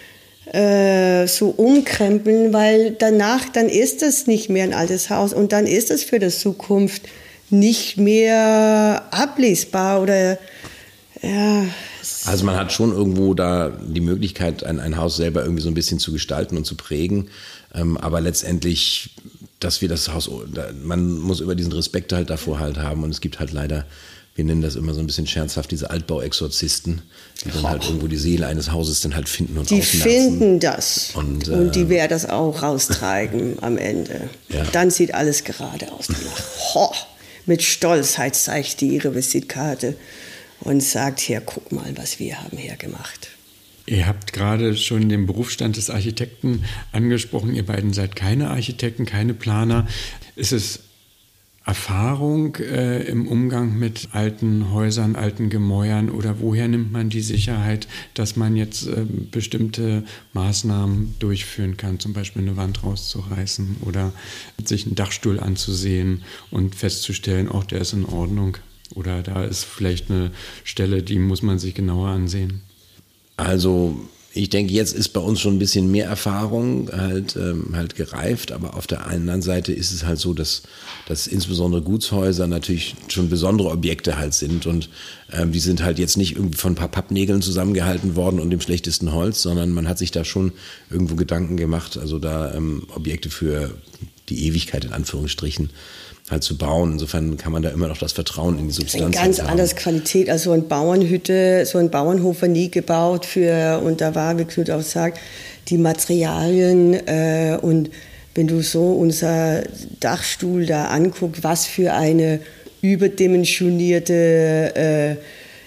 äh, zu umkrempeln, weil danach, dann ist das nicht mehr ein altes Haus und dann ist es für die Zukunft nicht mehr ablesbar oder ja, Also man hat schon irgendwo da die Möglichkeit, ein, ein Haus selber irgendwie so ein bisschen zu gestalten und zu prägen. Ähm, aber letztendlich, dass wir das Haus, man muss über diesen Respekt halt davor halt haben. Und es gibt halt leider, wir nennen das immer so ein bisschen scherzhaft, diese Altbauexorzisten, die dann halt irgendwo die Seele eines Hauses dann halt finden und die ausmerzen. finden das. Und, und äh, die werden das auch raustreiben am Ende. Ja. Dann sieht alles gerade aus. Ho, mit Stolzheit zeigt die ihre Visitkarte und sagt, hier, guck mal, was wir haben hier gemacht. Ihr habt gerade schon den Berufsstand des Architekten angesprochen. Ihr beiden seid keine Architekten, keine Planer. Ist es Erfahrung äh, im Umgang mit alten Häusern, alten Gemäuern oder woher nimmt man die Sicherheit, dass man jetzt äh, bestimmte Maßnahmen durchführen kann, zum Beispiel eine Wand rauszureißen oder sich einen Dachstuhl anzusehen und festzustellen, auch der ist in Ordnung oder da ist vielleicht eine Stelle, die muss man sich genauer ansehen? Also ich denke, jetzt ist bei uns schon ein bisschen mehr Erfahrung halt, ähm, halt gereift, aber auf der anderen Seite ist es halt so, dass, dass insbesondere Gutshäuser natürlich schon besondere Objekte halt sind und ähm, die sind halt jetzt nicht irgendwie von ein paar Pappnägeln zusammengehalten worden und dem schlechtesten Holz, sondern man hat sich da schon irgendwo Gedanken gemacht, also da ähm, Objekte für die Ewigkeit in Anführungsstrichen halt zu bauen. Insofern kann man da immer noch das Vertrauen in die Substanz haben. Ganz anders Qualität. Also so eine Bauernhütte, so ein Bauernhof war nie gebaut für, und da war, wie Knut auch sagt, die Materialien äh, und wenn du so unser Dachstuhl da anguckst, was für eine überdimensionierte äh, äh,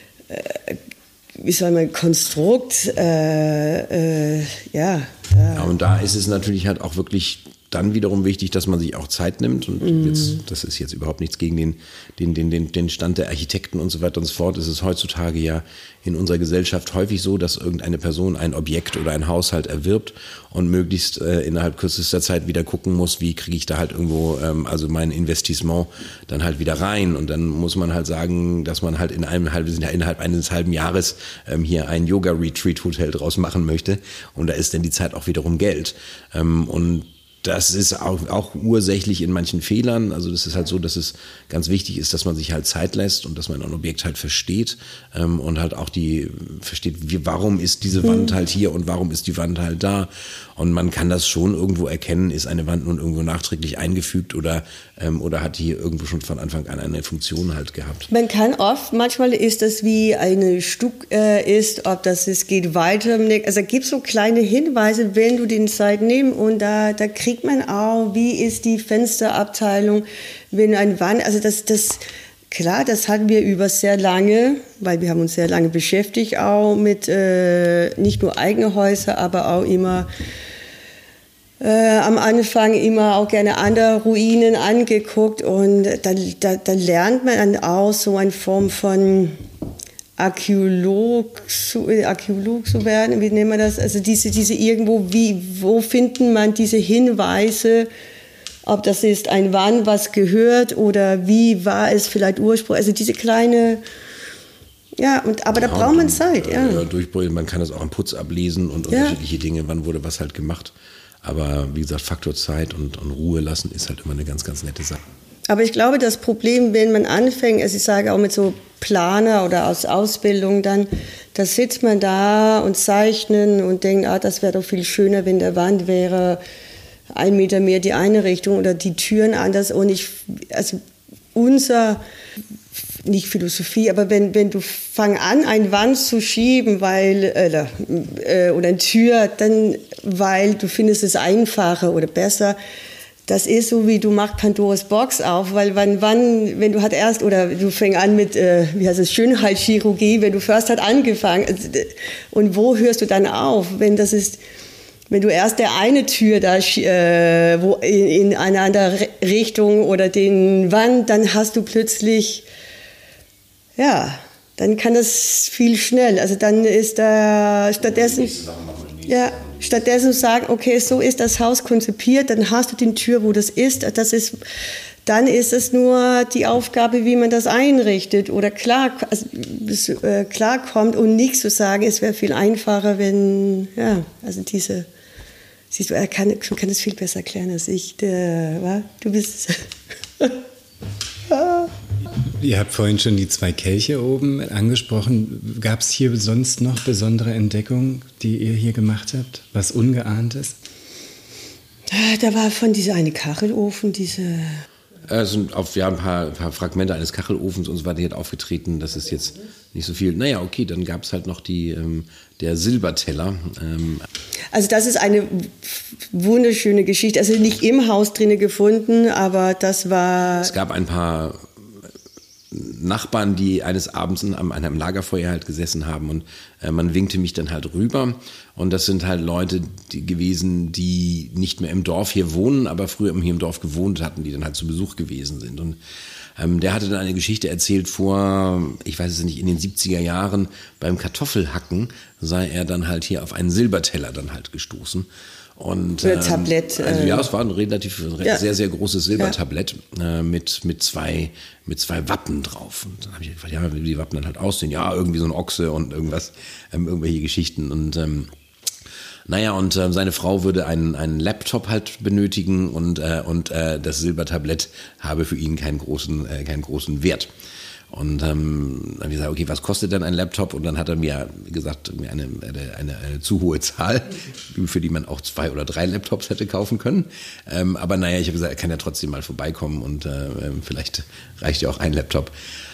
wie soll man, Konstrukt, äh, äh, ja, ja. Ja, und da ist es natürlich halt auch wirklich dann wiederum wichtig, dass man sich auch Zeit nimmt und mm. jetzt, das ist jetzt überhaupt nichts gegen den, den, den, den, den Stand der Architekten und so weiter und so fort. Es ist heutzutage ja in unserer Gesellschaft häufig so, dass irgendeine Person ein Objekt oder ein Haushalt erwirbt und möglichst äh, innerhalb kürzester Zeit wieder gucken muss, wie kriege ich da halt irgendwo ähm, also mein Investissement dann halt wieder rein. Und dann muss man halt sagen, dass man halt in einem halben, innerhalb eines halben Jahres ähm, hier ein Yoga-Retreat-Hotel draus machen möchte. Und da ist dann die Zeit auch wiederum Geld. Ähm, und das ist auch, auch ursächlich in manchen Fehlern. Also das ist halt so, dass es ganz wichtig ist, dass man sich halt Zeit lässt und dass man ein Objekt halt versteht ähm, und halt auch die versteht, wie, warum ist diese Wand halt hier und warum ist die Wand halt da. Und man kann das schon irgendwo erkennen, ist eine Wand nun irgendwo nachträglich eingefügt oder, ähm, oder hat die irgendwo schon von Anfang an eine Funktion halt gehabt. Man kann oft, manchmal ist das wie eine Stück äh, ist, ob das es geht weiter. Also es gibt so kleine Hinweise, wenn du den Zeit nimmst und da, da kriegt man auch, wie ist die Fensterabteilung, wenn ein Wand, also das, das, klar, das hatten wir über sehr lange, weil wir haben uns sehr lange beschäftigt, auch mit äh, nicht nur eigene Häuser, aber auch immer äh, am Anfang immer auch gerne andere Ruinen angeguckt und da, da, da lernt man dann auch so eine Form von Archäolog zu, Archäolog zu werden, wie nennen wir das? Also diese, diese irgendwo, wie, wo findet man diese Hinweise, ob das ist ein Wann, was gehört oder wie war es vielleicht ursprünglich, also diese kleine, ja, und, aber da ja, braucht man Zeit. Ja. Ja, durchbrüllen, man kann das auch am Putz ablesen und ja. unterschiedliche Dinge, wann wurde was halt gemacht. Aber wie gesagt, Faktor Zeit und, und Ruhe lassen ist halt immer eine ganz, ganz nette Sache. Aber ich glaube, das Problem, wenn man anfängt, also ich sage auch mit so Planer oder aus Ausbildung, dann da sitzt man da und zeichnet und denkt, ah, das wäre doch viel schöner, wenn der Wand wäre ein Meter mehr die eine Richtung oder die Türen anders. Und ich, also unser, nicht Philosophie, aber wenn, wenn du fang an, eine Wand zu schieben, weil, äh, oder eine Tür, dann, weil du findest es einfacher oder besser. Das ist so, wie du machst Pandoras Box auf, weil wann, wann, wenn du halt erst, oder du fängst an mit, äh, wie heißt es, Schönheitschirurgie, wenn du first hat angefangen, und wo hörst du dann auf, wenn das ist, wenn du erst der eine Tür da, äh, wo in, in eine andere Richtung oder den Wand, dann hast du plötzlich, ja, dann kann das viel schnell, also dann ist da stattdessen, ja, stattdessen sagen, okay, so ist das Haus konzipiert, dann hast du die Tür, wo das ist, das ist, dann ist es nur die Aufgabe, wie man das einrichtet oder klar, also, äh, klarkommt und nicht zu sagen, es wäre viel einfacher, wenn, ja, also diese, siehst du, er kann, kann es viel besser erklären als ich, der, wa? Du bist, Ihr habt vorhin schon die zwei Kelche oben angesprochen. Gab es hier sonst noch besondere Entdeckungen, die ihr hier gemacht habt? Was Ungeahntes? Da war von dieser eine Kachelofen, diese... Also auf ja, ein paar, paar Fragmente eines Kachelofens und so weiter hier aufgetreten. Das ist jetzt nicht so viel. Naja, okay, dann gab es halt noch die, ähm, der Silberteller. Ähm. Also das ist eine wunderschöne Geschichte. Also nicht im Haus drinnen gefunden, aber das war... Es gab ein paar Nachbarn, die eines Abends an einem Lagerfeuer halt gesessen haben und äh, man winkte mich dann halt rüber und das sind halt Leute die gewesen, die nicht mehr im Dorf hier wohnen, aber früher hier im Dorf gewohnt hatten, die dann halt zu Besuch gewesen sind und ähm, der hatte dann eine Geschichte erzählt vor, ich weiß es nicht, in den siebziger Jahren beim Kartoffelhacken sei er dann halt hier auf einen Silberteller dann halt gestoßen. Und, Oder Tablett. Ähm, also ja, es war ein relativ ja. sehr, sehr großes Silbertablett ja. äh, mit, mit, zwei, mit zwei Wappen drauf. Und dann habe ich gefragt, ja, wie die Wappen dann halt aussehen. Ja, irgendwie so ein Ochse und irgendwas, ähm, irgendwelche Geschichten. Und ähm, naja, und äh, seine Frau würde einen, einen Laptop halt benötigen und, äh, und äh, das Silbertablett habe für ihn keinen großen, äh, keinen großen Wert. Und ähm, dann habe ich gesagt, okay, was kostet denn ein Laptop? Und dann hat er mir gesagt, eine, eine, eine, eine zu hohe Zahl, für die man auch zwei oder drei Laptops hätte kaufen können. Ähm, aber naja, ich habe gesagt, er kann ja trotzdem mal vorbeikommen und äh, vielleicht reicht ja auch ein Laptop.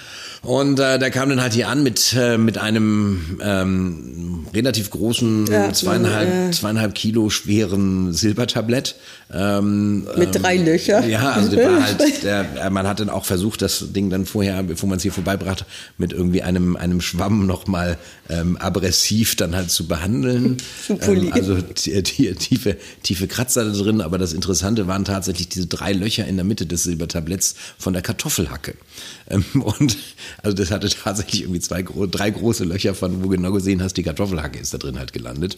Und äh, der kam dann halt hier an mit äh, mit einem ähm, relativ großen, ja, zweieinhalb, äh, zweieinhalb Kilo schweren Silbertablett. Ähm, mit drei ähm, Löcher. Ja, also der war halt, der, man hat dann auch versucht, das Ding dann vorher, bevor man es hier vorbeibrachte, mit irgendwie einem einem Schwamm nochmal ähm, abrasiv dann halt zu behandeln. ähm, also t- t- tiefe tiefe Kratzer da drin, aber das Interessante waren tatsächlich diese drei Löcher in der Mitte des Silbertabletts von der Kartoffelhacke. Ähm, und also das hatte tatsächlich irgendwie zwei, drei große Löcher, von wo genau gesehen hast, die Kartoffelhacke ist da drin halt gelandet.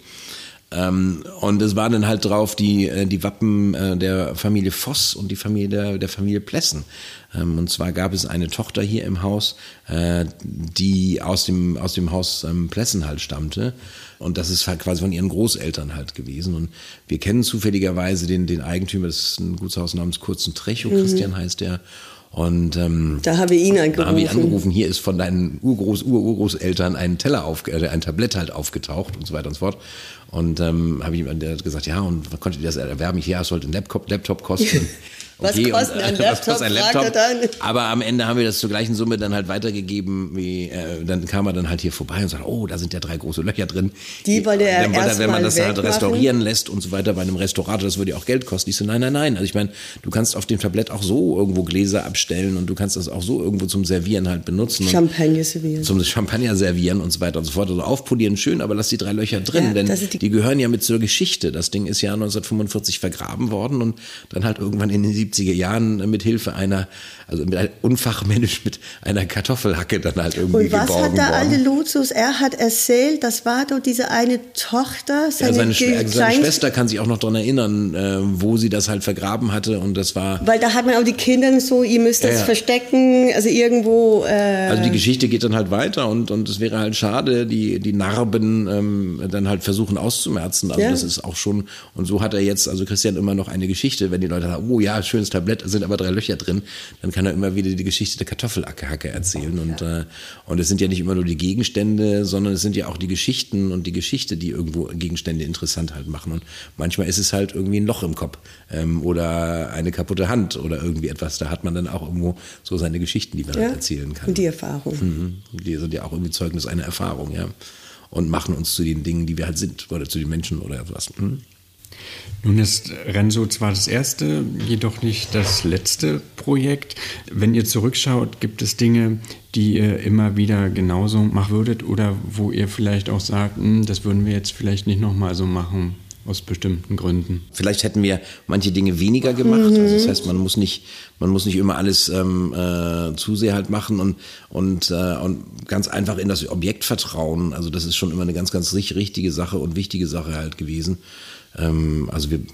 Ähm, und es waren dann halt drauf die, die Wappen äh, der Familie Voss und die Familie der, der Familie Plessen. Ähm, und zwar gab es eine Tochter hier im Haus, äh, die aus dem, aus dem Haus ähm, Plessen halt stammte. Und das ist halt quasi von ihren Großeltern halt gewesen. Und wir kennen zufälligerweise den, den Eigentümer, das ist ein Gutshaus namens Kurzen-Trechow, mhm. Christian heißt der. Und ähm, da habe ich ihn angerufen. Da habe ich angerufen, hier ist von deinen Urgroß, Ururgroßeltern ein Teller auf, äh, ein Tablett halt aufgetaucht und so weiter und so fort. Und ähm, habe ich ihm der hat gesagt, ja, und konntet ihr das erwerben? Ich, ja, es sollte ein Laptop, Laptop kosten. Okay, was kostet ein Laptop? Was ein Laptop? Aber am Ende haben wir das zur gleichen Summe dann halt weitergegeben. Wie, äh, dann kam er dann halt hier vorbei und sagte, oh, da sind ja drei große Löcher drin. Die wollte er dann wollte er, wenn man das wegmachen. halt restaurieren lässt und so weiter bei einem Restaurator, das würde ja auch Geld kosten. Ich so, nein, nein, nein. Also ich meine, du kannst auf dem Tablett auch so irgendwo Gläser abstellen und du kannst das auch so irgendwo zum Servieren halt benutzen. Champagner servieren. Zum Champagner servieren und so weiter und so fort. Also aufpolieren schön, aber lass die drei Löcher drin, ja, denn die, die gehören ja mit zur Geschichte. Das Ding ist ja neunzehnhundertfünfundvierzig vergraben worden und dann halt irgendwann in den siebziger Jahren mit Hilfe einer, also mit unfachmännisch mit einer Kartoffelhacke dann halt irgendwie geborgen worden. Und was hat der alte Lucius, er hat erzählt, das war doch diese eine Tochter, seine, ja, seine, Sch- seine Schwester kann sich auch noch daran erinnern, äh, wo sie das halt vergraben hatte und das war... Weil da hat man auch die Kinder so, ihr müsst das ja, ja. verstecken, also irgendwo... Äh also die Geschichte geht dann halt weiter und und es wäre halt schade, die die Narben ähm, dann halt versuchen auszumerzen, also ja. das ist auch schon, und so hat er jetzt, also Christian immer noch eine Geschichte, wenn die Leute sagen, oh ja, schönes Tablett, da sind aber drei Löcher drin, dann kann er immer wieder die Geschichte der Kartoffelhacke erzählen. Und, ja. äh, und es sind ja nicht immer nur die Gegenstände, sondern es sind ja auch die Geschichten und die Geschichte, die irgendwo Gegenstände interessant halt machen. Und manchmal ist es halt irgendwie ein Loch im Kopf ähm, oder eine kaputte Hand oder irgendwie etwas. Da hat man dann auch irgendwo so seine Geschichten, die man ja. halt erzählen kann. Und die Erfahrung. Mhm. Die sind ja auch irgendwie Zeugnis einer Erfahrung, ja. Und machen uns zu den Dingen, die wir halt sind oder zu den Menschen oder was. Mhm. Nun ist Renso zwar das erste, jedoch nicht das letzte Projekt. Wenn ihr zurückschaut, gibt es Dinge, die ihr immer wieder genauso machen würdet oder wo ihr vielleicht auch sagt, das würden wir jetzt vielleicht nicht nochmal so machen, aus bestimmten Gründen? Vielleicht hätten wir manche Dinge weniger gemacht. Mhm. Also das heißt, man muss nicht, man muss nicht immer alles ähm, äh, zu sehr halt machen und und äh, und ganz einfach in das Objekt vertrauen. Also das ist schon immer eine ganz, ganz richtige Sache und wichtige Sache halt gewesen. Ähm, also wir,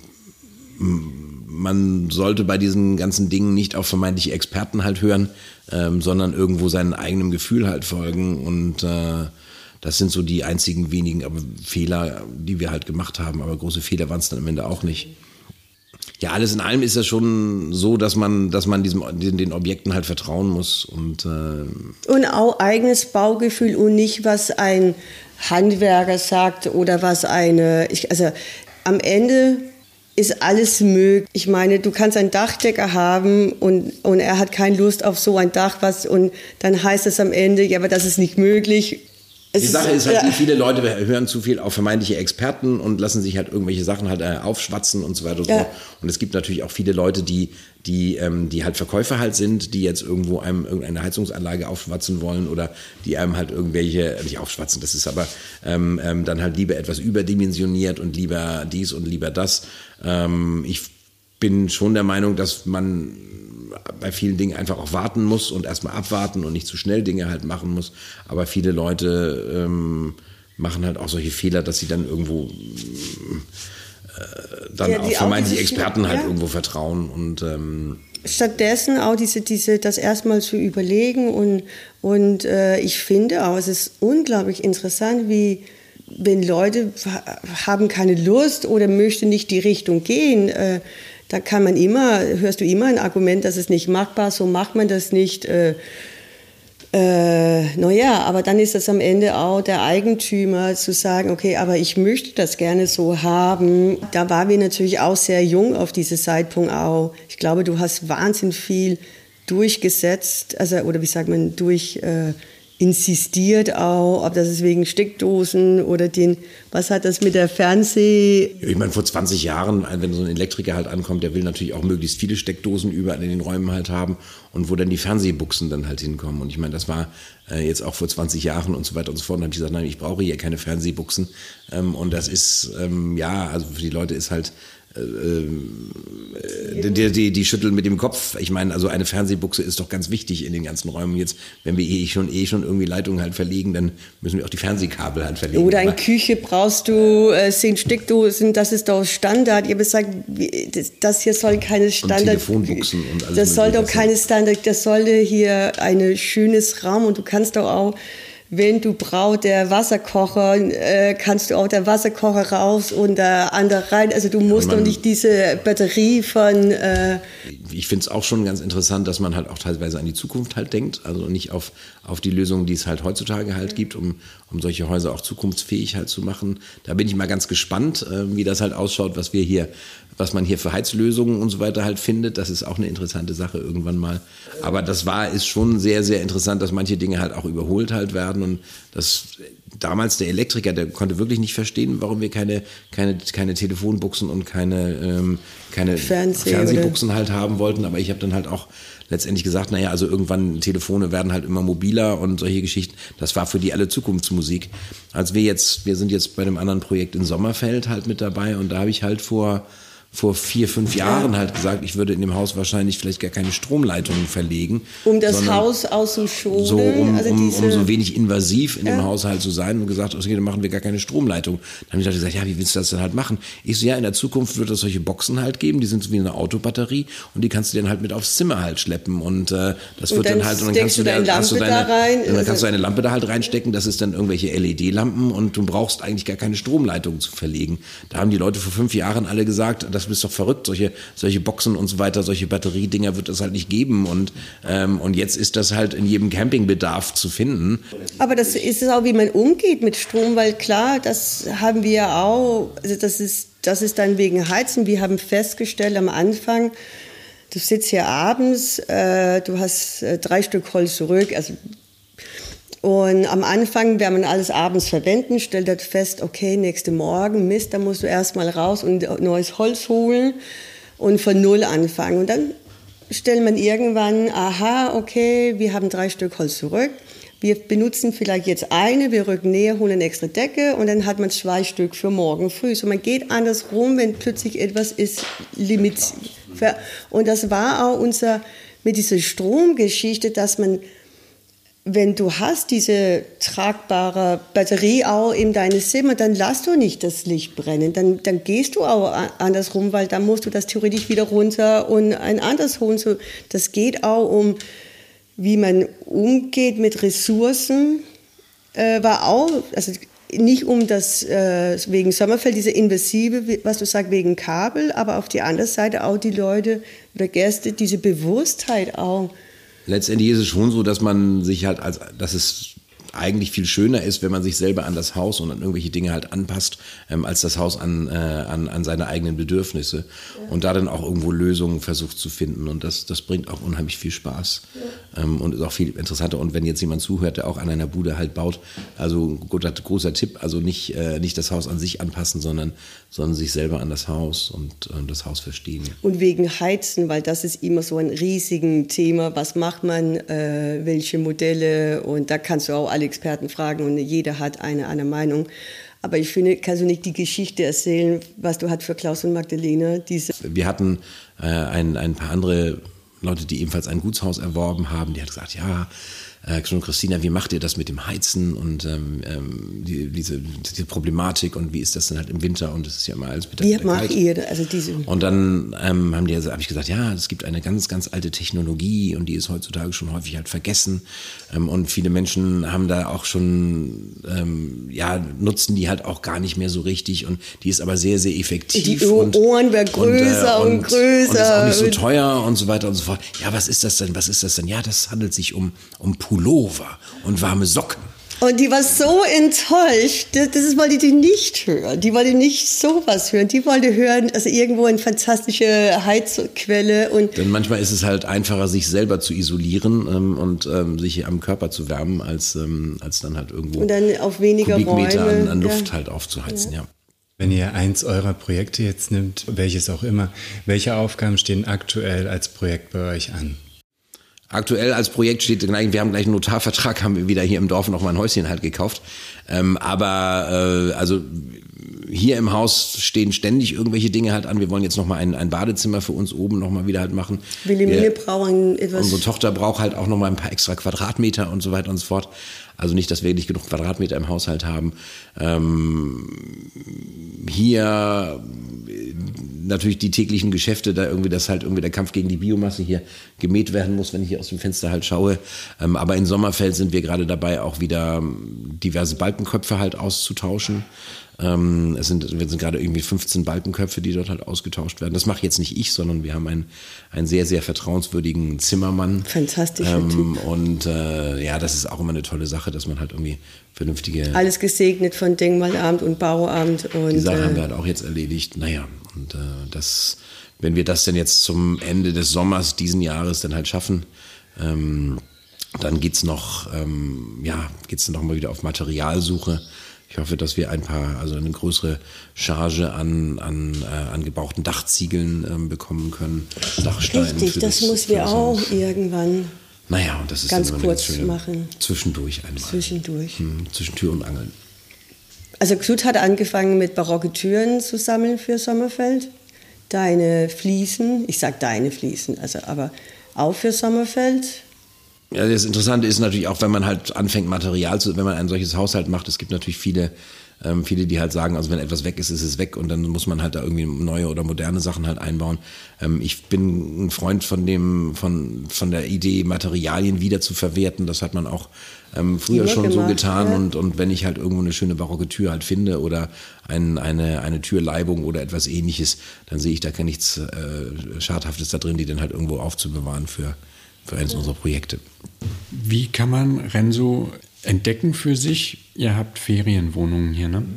man sollte bei diesen ganzen Dingen nicht auf vermeintliche Experten halt hören, ähm, sondern irgendwo seinem eigenen Gefühl halt folgen und äh, das sind so die einzigen wenigen aber Fehler, die wir halt gemacht haben, aber große Fehler waren es dann am Ende auch nicht. ja, alles in allem ist das schon so, dass man, dass man diesem, den, den Objekten halt vertrauen muss. Und, äh und auch eigenes Baugefühl und nicht, was ein Handwerker sagt oder was eine, ich, also am Ende ist alles möglich. Ich meine, du kannst einen Dachdecker haben und, und er hat keine Lust auf so ein Dach, was, und dann heißt es am Ende, ja, aber das ist nicht möglich. Die Sache ist halt, viele Leute hören zu viel auf vermeintliche Experten und lassen sich halt irgendwelche Sachen halt aufschwatzen und so weiter und so fort. Und es gibt natürlich auch viele Leute, die, die, ähm, die halt Verkäufer halt sind, die jetzt irgendwo einem irgendeine Heizungsanlage aufschwatzen wollen oder die einem halt irgendwelche, nicht aufschwatzen, das ist aber ähm, ähm, dann halt lieber etwas überdimensioniert und lieber dies und lieber das. Ähm, ich bin schon der Meinung, dass man bei vielen Dingen einfach auch warten muss und erstmal abwarten und nicht zu schnell Dinge halt machen muss. Aber viele Leute ähm, machen halt auch solche Fehler, dass sie dann irgendwo äh, dann ja, auch vermeintlich Experten halt ja. irgendwo vertrauen. Und ähm, stattdessen auch diese, diese, das erstmal zu überlegen und, und äh, ich finde auch, es ist unglaublich interessant, wie wenn Leute haben keine Lust oder möchten nicht die Richtung gehen, äh, da kann man immer, hörst du immer ein Argument, das ist nicht machbar, so macht man das nicht. Äh, äh, naja, aber dann ist das am Ende auch der Eigentümer zu sagen, okay, aber ich möchte das gerne so haben. Da waren wir natürlich auch sehr jung auf diesem Zeitpunkt auch. Ich glaube, du hast wahnsinnig viel durchgesetzt, also oder wie sagt man, durch äh, insistiert auch, ob das ist wegen Steckdosen oder den, was hat das mit der Fernseh... Ich meine, vor zwanzig Jahren, wenn so ein Elektriker halt ankommt, der will natürlich auch möglichst viele Steckdosen überall in den Räumen halt haben und wo dann die Fernsehbuchsen dann halt hinkommen. Und ich meine, das war äh, jetzt auch vor zwanzig Jahren und so weiter und so fort. Und dann habe ich gesagt, nein, ich brauche hier keine Fernsehbuchsen. Ähm, und das ist, ähm, ja, also für die Leute ist halt Die, die, die schütteln mit dem Kopf. Ich meine, also eine Fernsehbuchse ist doch ganz wichtig in den ganzen Räumen. Jetzt, wenn wir eh schon, eh schon irgendwie Leitungen halt verlegen, dann müssen wir auch die Fernsehkabel halt verlegen. Oder in Küche brauchst du äh, zehn Steckdosen, das ist doch Standard. Ihr habt gesagt, das hier soll keine Standard... Und Telefonbuchsen und alles. Das soll doch keine Standard, das sollte hier ein schönes Raum und du kannst doch auch, wenn du brauchst, der Wasserkocher, äh, kannst du auch der Wasserkocher raus und der andere rein. Also du musst ja, doch nicht diese Batterie von... Äh ich finde es auch schon ganz interessant, dass man halt auch teilweise an die Zukunft halt denkt. Also nicht auf, auf die Lösungen, die es halt heutzutage halt gibt, um, um solche Häuser auch zukunftsfähig halt zu machen. Da bin ich mal ganz gespannt, äh, wie das halt ausschaut, was wir hier, was man hier für Heizlösungen und so weiter halt findet. Das ist auch eine interessante Sache irgendwann mal. Aber das war, ist schon sehr, sehr interessant, dass manche Dinge halt auch überholt halt werden. Und das damals der Elektriker, der konnte wirklich nicht verstehen, warum wir keine, keine, keine Telefonbuchsen und keine, ähm, keine Fernseh, Fernsehbuchsen oder? halt haben wollten. Aber ich habe dann halt auch letztendlich gesagt, naja, also irgendwann Telefone werden halt immer mobiler und solche Geschichten. Das war für die alle Zukunftsmusik. Als wir jetzt, wir sind jetzt bei einem anderen Projekt in Sommerfeld halt mit dabei und da habe ich halt vor vor vier, fünf Jahren halt gesagt, ich würde in dem Haus wahrscheinlich vielleicht gar keine Stromleitungen verlegen. Um das Haus auszuschonen. So, um, also um, um so wenig invasiv in ja. dem Haus halt zu sein und gesagt, okay, dann machen wir gar keine Stromleitung. Dann haben die Leute gesagt, ja, wie willst du das denn halt machen? Ich so, ja, in der Zukunft wird es solche Boxen halt geben, die sind so wie eine Autobatterie und die kannst du dann halt mit aufs Zimmer halt schleppen und äh, das und wird dann, dann halt, und dann kannst du, deine da, hast du deine, da rein. dann kannst du eine Lampe da halt reinstecken, das ist dann irgendwelche L E D-Lampen und du brauchst eigentlich gar keine Stromleitung zu verlegen. Da haben die Leute vor fünf Jahren alle gesagt, das bist doch verrückt, solche Solche, solche Boxen und so weiter, solche Batteriedinger wird es halt nicht geben und, ähm, und jetzt ist das halt in jedem Campingbedarf zu finden. Aber das ist es auch, wie man umgeht mit Strom, weil klar, das haben wir ja auch, also das ist, das ist dann wegen Heizen. Wir haben festgestellt am Anfang, du sitzt hier abends, äh, du hast äh, drei Stück Holz zurück, also und am Anfang, wenn man alles abends verwenden, stellt er fest, okay, nächste Morgen, Mist, da musst du erstmal raus und neues Holz holen und von Null anfangen. Und dann stellt man irgendwann, aha, okay, wir haben drei Stück Holz zurück. Wir benutzen vielleicht jetzt eine, wir rücken näher, holen eine extra Decke und dann hat man zwei Stück für morgen früh. So, man geht anders rum, wenn plötzlich etwas ist limitiert. Und das war auch unser, mit dieser Stromgeschichte, dass man, wenn du hast diese tragbare Batterie auch in deinem Zimmer, dann lass du nicht das Licht brennen. Dann, dann gehst du auch andersrum, weil dann musst du das theoretisch wieder runter und ein anderes holen. So, das geht auch um, wie man umgeht mit Ressourcen. Äh, war auch, also nicht um das, äh, wegen Sommerfeld, diese Invasive, was du sagst, wegen Kabel, aber auf die andere Seite auch die Leute oder Gäste, diese Bewusstheit auch. Letztendlich ist es schon so, dass man sich halt, als, dass es eigentlich viel schöner ist, wenn man sich selber an das Haus und an irgendwelche Dinge halt anpasst, ähm, als das Haus an, äh, an, an seine eigenen Bedürfnisse. Ja. Und da dann auch irgendwo Lösungen versucht zu finden. Und das, das bringt auch unheimlich viel Spaß. Ja. Ähm, und ist auch viel interessanter. Und wenn jetzt jemand zuhört, der auch an einer Bude halt baut, also guter, großer Tipp, also nicht, äh, nicht das Haus an sich anpassen, sondern, sondern sich selber an das Haus und äh, das Haus verstehen. Und wegen Heizen, weil das ist immer so ein riesiges Thema. Was macht man, äh, welche Modelle? Und da kannst du auch alle Experten fragen und jeder hat eine, eine Meinung. Aber ich finde, kannst du nicht die Geschichte erzählen, was du hast für Klaus und Magdalena? Diese Wir hatten äh, ein, ein paar andere Leute, die ebenfalls ein Gutshaus erworben haben. Die hat gesagt, ja, äh, Christina, wie macht ihr das mit dem Heizen und ähm, die, diese, diese Problematik und wie ist das denn halt im Winter und es ist ja immer alles bitter. Wie macht ihr also diese? Und dann ähm, haben die, habe ich gesagt, ja, es gibt eine ganz, ganz alte Technologie und die ist heutzutage schon häufig halt vergessen ähm, und viele Menschen haben da auch schon, ähm, ja, nutzen die halt auch gar nicht mehr so richtig und die ist aber sehr, sehr effektiv. Die und, Ohren werden größer und, äh, und, und größer. Und ist auch nicht so teuer und so weiter und so fort. Ja, was ist das denn, was ist das denn? Ja, das handelt sich um, um Pullover und warme Socken. Und die war so enttäuscht, das, das wollte die nicht hören. Die wollte nicht sowas hören. Die wollte hören, also irgendwo eine fantastische Heizquelle. Und Denn manchmal ist es halt einfacher, sich selber zu isolieren ähm, und ähm, sich am Körper zu wärmen, als, ähm, als dann halt irgendwo und dann auf weniger Kubikmeter Räume, an, an Luft ja. halt aufzuheizen. Ja. Ja. Wenn ihr eins eurer Projekte jetzt nimmt, welches auch immer, welche Aufgaben stehen aktuell als Projekt bei euch an? Aktuell als Projekt steht, wir haben gleich einen Notarvertrag, haben wir wieder hier im Dorf noch mal ein Häuschen halt gekauft. Ähm, aber äh, also hier im Haus stehen ständig irgendwelche Dinge halt an. Wir wollen jetzt noch mal ein, ein Badezimmer für uns oben noch mal wieder halt machen. Wilhelmine brauchen etwas. Unsere Tochter braucht halt auch noch mal ein paar extra Quadratmeter und so weiter und so fort. Also nicht, dass wir nicht genug Quadratmeter im Haushalt haben. Ähm, hier natürlich die täglichen Geschäfte, da irgendwie, dass halt irgendwie der Kampf gegen die Biomasse hier gemäht werden muss, wenn ich hier aus dem Fenster halt schaue. Ähm, aber in Sommerfeld sind wir gerade dabei, auch wieder diverse Balkenköpfe halt auszutauschen. Ähm, es sind, wir sind gerade irgendwie fünfzehn Balkenköpfe, die dort halt ausgetauscht werden. Das mache jetzt nicht ich, sondern wir haben einen, einen sehr, sehr vertrauenswürdigen Zimmermann. Fantastischer ähm, Typ. Und äh, ja, das ist auch immer eine tolle Sache, dass man halt irgendwie vernünftige... Alles gesegnet von Denkmalamt und Bauamt. Und, die Sache äh, haben wir halt auch jetzt erledigt. Naja, und äh, das, wenn wir das denn jetzt zum Ende des Sommers diesen Jahres dann halt schaffen, ähm, dann geht's noch, ähm, ja, geht's noch mal wieder auf Materialsuche. Ich hoffe, dass wir ein paar, also eine größere Charge an, an, äh, an gebrauchten Dachziegeln ähm, bekommen können. Dachsteinen. Richtig, für das, das muss wir auch Haus. irgendwann naja, und das ist ganz dann kurz schöne, machen. Zwischendurch einmal. Zwischendurch. Hm, zwischen Tür und Angel. Also Knut hat angefangen mit barocke Türen zu sammeln für Sommerfeld. Deine Fliesen, ich sag deine Fliesen, also aber auch für Sommerfeld. Ja, das Interessante ist natürlich auch, wenn man halt anfängt, Material zu, wenn man ein solches Haushalt macht, es gibt natürlich viele, ähm, viele, die halt sagen, also wenn etwas weg ist, ist es weg und dann muss man halt da irgendwie neue oder moderne Sachen halt einbauen. Ähm, ich bin ein Freund von dem, von, von der Idee, Materialien wieder zu verwerten. Das hat man auch ähm, früher schon gemacht, so getan ja. und, und wenn ich halt irgendwo eine schöne barocke Tür halt finde oder ein, eine, eine Türleibung oder etwas ähnliches, dann sehe ich da gar nichts äh, Schadhaftes da drin, die dann halt irgendwo aufzubewahren für für eines unserer Projekte. Wie kann man Renso entdecken für sich? Ihr habt Ferienwohnungen hier, ne?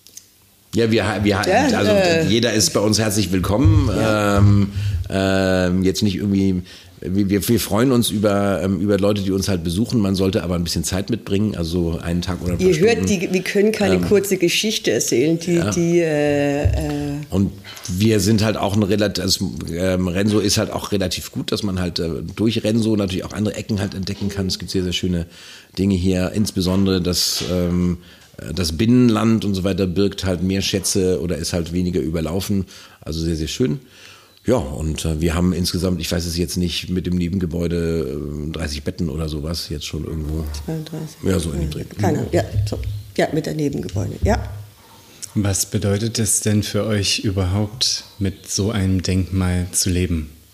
Ja, wir, wir ja, also äh, jeder ist bei uns herzlich willkommen. Ja. Ähm, ähm, jetzt nicht irgendwie. Wir, wir freuen uns über, ähm, über Leute, die uns halt besuchen. Man sollte aber ein bisschen Zeit mitbringen, also einen Tag oder ein paar Ihr Stunden. hört, die, wir können keine ähm, kurze Geschichte erzählen. Die, ja. die, äh, äh Und wir sind halt auch ein relativ, also, ähm, Renso ist halt auch relativ gut, dass man halt äh, durch Renso natürlich auch andere Ecken halt entdecken kann. Es gibt sehr, sehr schöne Dinge hier, insbesondere das, ähm, das Binnenland und so weiter birgt halt mehr Schätze oder ist halt weniger überlaufen. Also sehr, sehr schön. Ja, und äh, wir haben insgesamt, ich weiß es jetzt nicht, mit dem Nebengebäude äh, dreißig Betten oder sowas jetzt schon irgendwo. zweiunddreißig. Ja, so in dem Dreh. Keine Ahnung, ja, so. Ja, mit der Nebengebäude, ja. Was bedeutet es denn für euch überhaupt, mit so einem Denkmal zu leben?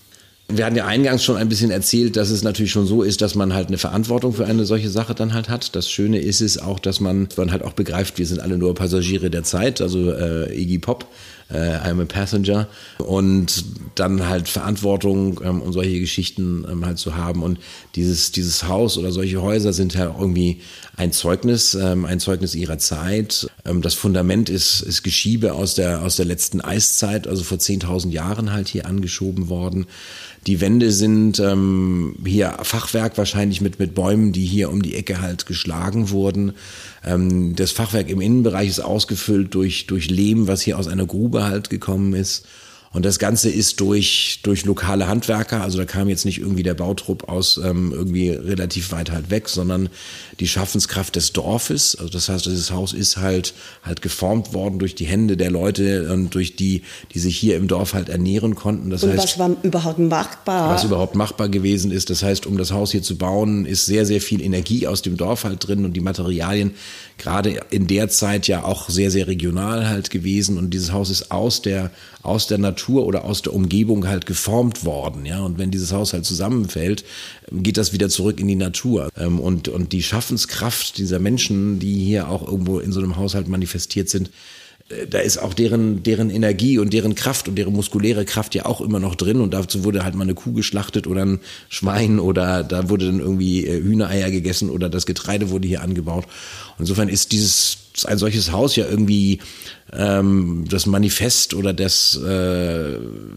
Wir hatten ja eingangs schon ein bisschen erzählt, dass es natürlich schon so ist, dass man halt eine Verantwortung für eine solche Sache dann halt hat. Das Schöne ist es auch, dass man, man halt auch begreift, wir sind alle nur Passagiere der Zeit, also äh, Iggy Pop, äh, I'm a Passenger, und dann halt Verantwortung ähm, und solche Geschichten ähm, halt zu haben. Und dieses, dieses Haus oder solche Häuser sind ja irgendwie ein Zeugnis, ähm, ein Zeugnis ihrer Zeit. Ähm, das Fundament ist, ist Geschiebe aus der, aus der letzten Eiszeit, also vor zehntausend Jahren halt hier angeschoben worden. Die Wände sind ähm, hier Fachwerk wahrscheinlich mit, mit Bäumen, die hier um die Ecke halt geschlagen wurden. Ähm, das Fachwerk im Innenbereich ist ausgefüllt durch, durch Lehm, was hier aus einer Grube halt gekommen ist. Und das Ganze ist durch, durch lokale Handwerker, also da kam jetzt nicht irgendwie der Bautrupp aus ähm, irgendwie relativ weit halt weg, sondern die Schaffenskraft des Dorfes. Also das heißt, dieses Haus ist halt halt geformt worden durch die Hände der Leute und durch die, die sich hier im Dorf halt ernähren konnten. Das und heißt, was war überhaupt machbar? Was überhaupt machbar gewesen ist. Das heißt, um das Haus hier zu bauen, ist sehr, sehr viel Energie aus dem Dorf halt drin und die Materialien gerade in der Zeit ja auch sehr, sehr regional halt gewesen. Und dieses Haus ist aus der, aus der Natur oder aus der Umgebung halt geformt worden. Ja, und wenn dieses Haus halt zusammenfällt, geht das wieder zurück in die Natur. Und, und die Schaffenskraft dieser Menschen, die hier auch irgendwo in so einem Haushalt manifestiert sind, da ist auch deren, deren Energie und deren Kraft und deren muskuläre Kraft ja auch immer noch drin. Und dazu wurde halt mal eine Kuh geschlachtet oder ein Schwein oder da wurde dann irgendwie Hühnereier gegessen oder das Getreide wurde hier angebaut. Insofern ist dieses, ein solches Haus ja irgendwie ähm, das Manifest oder das äh,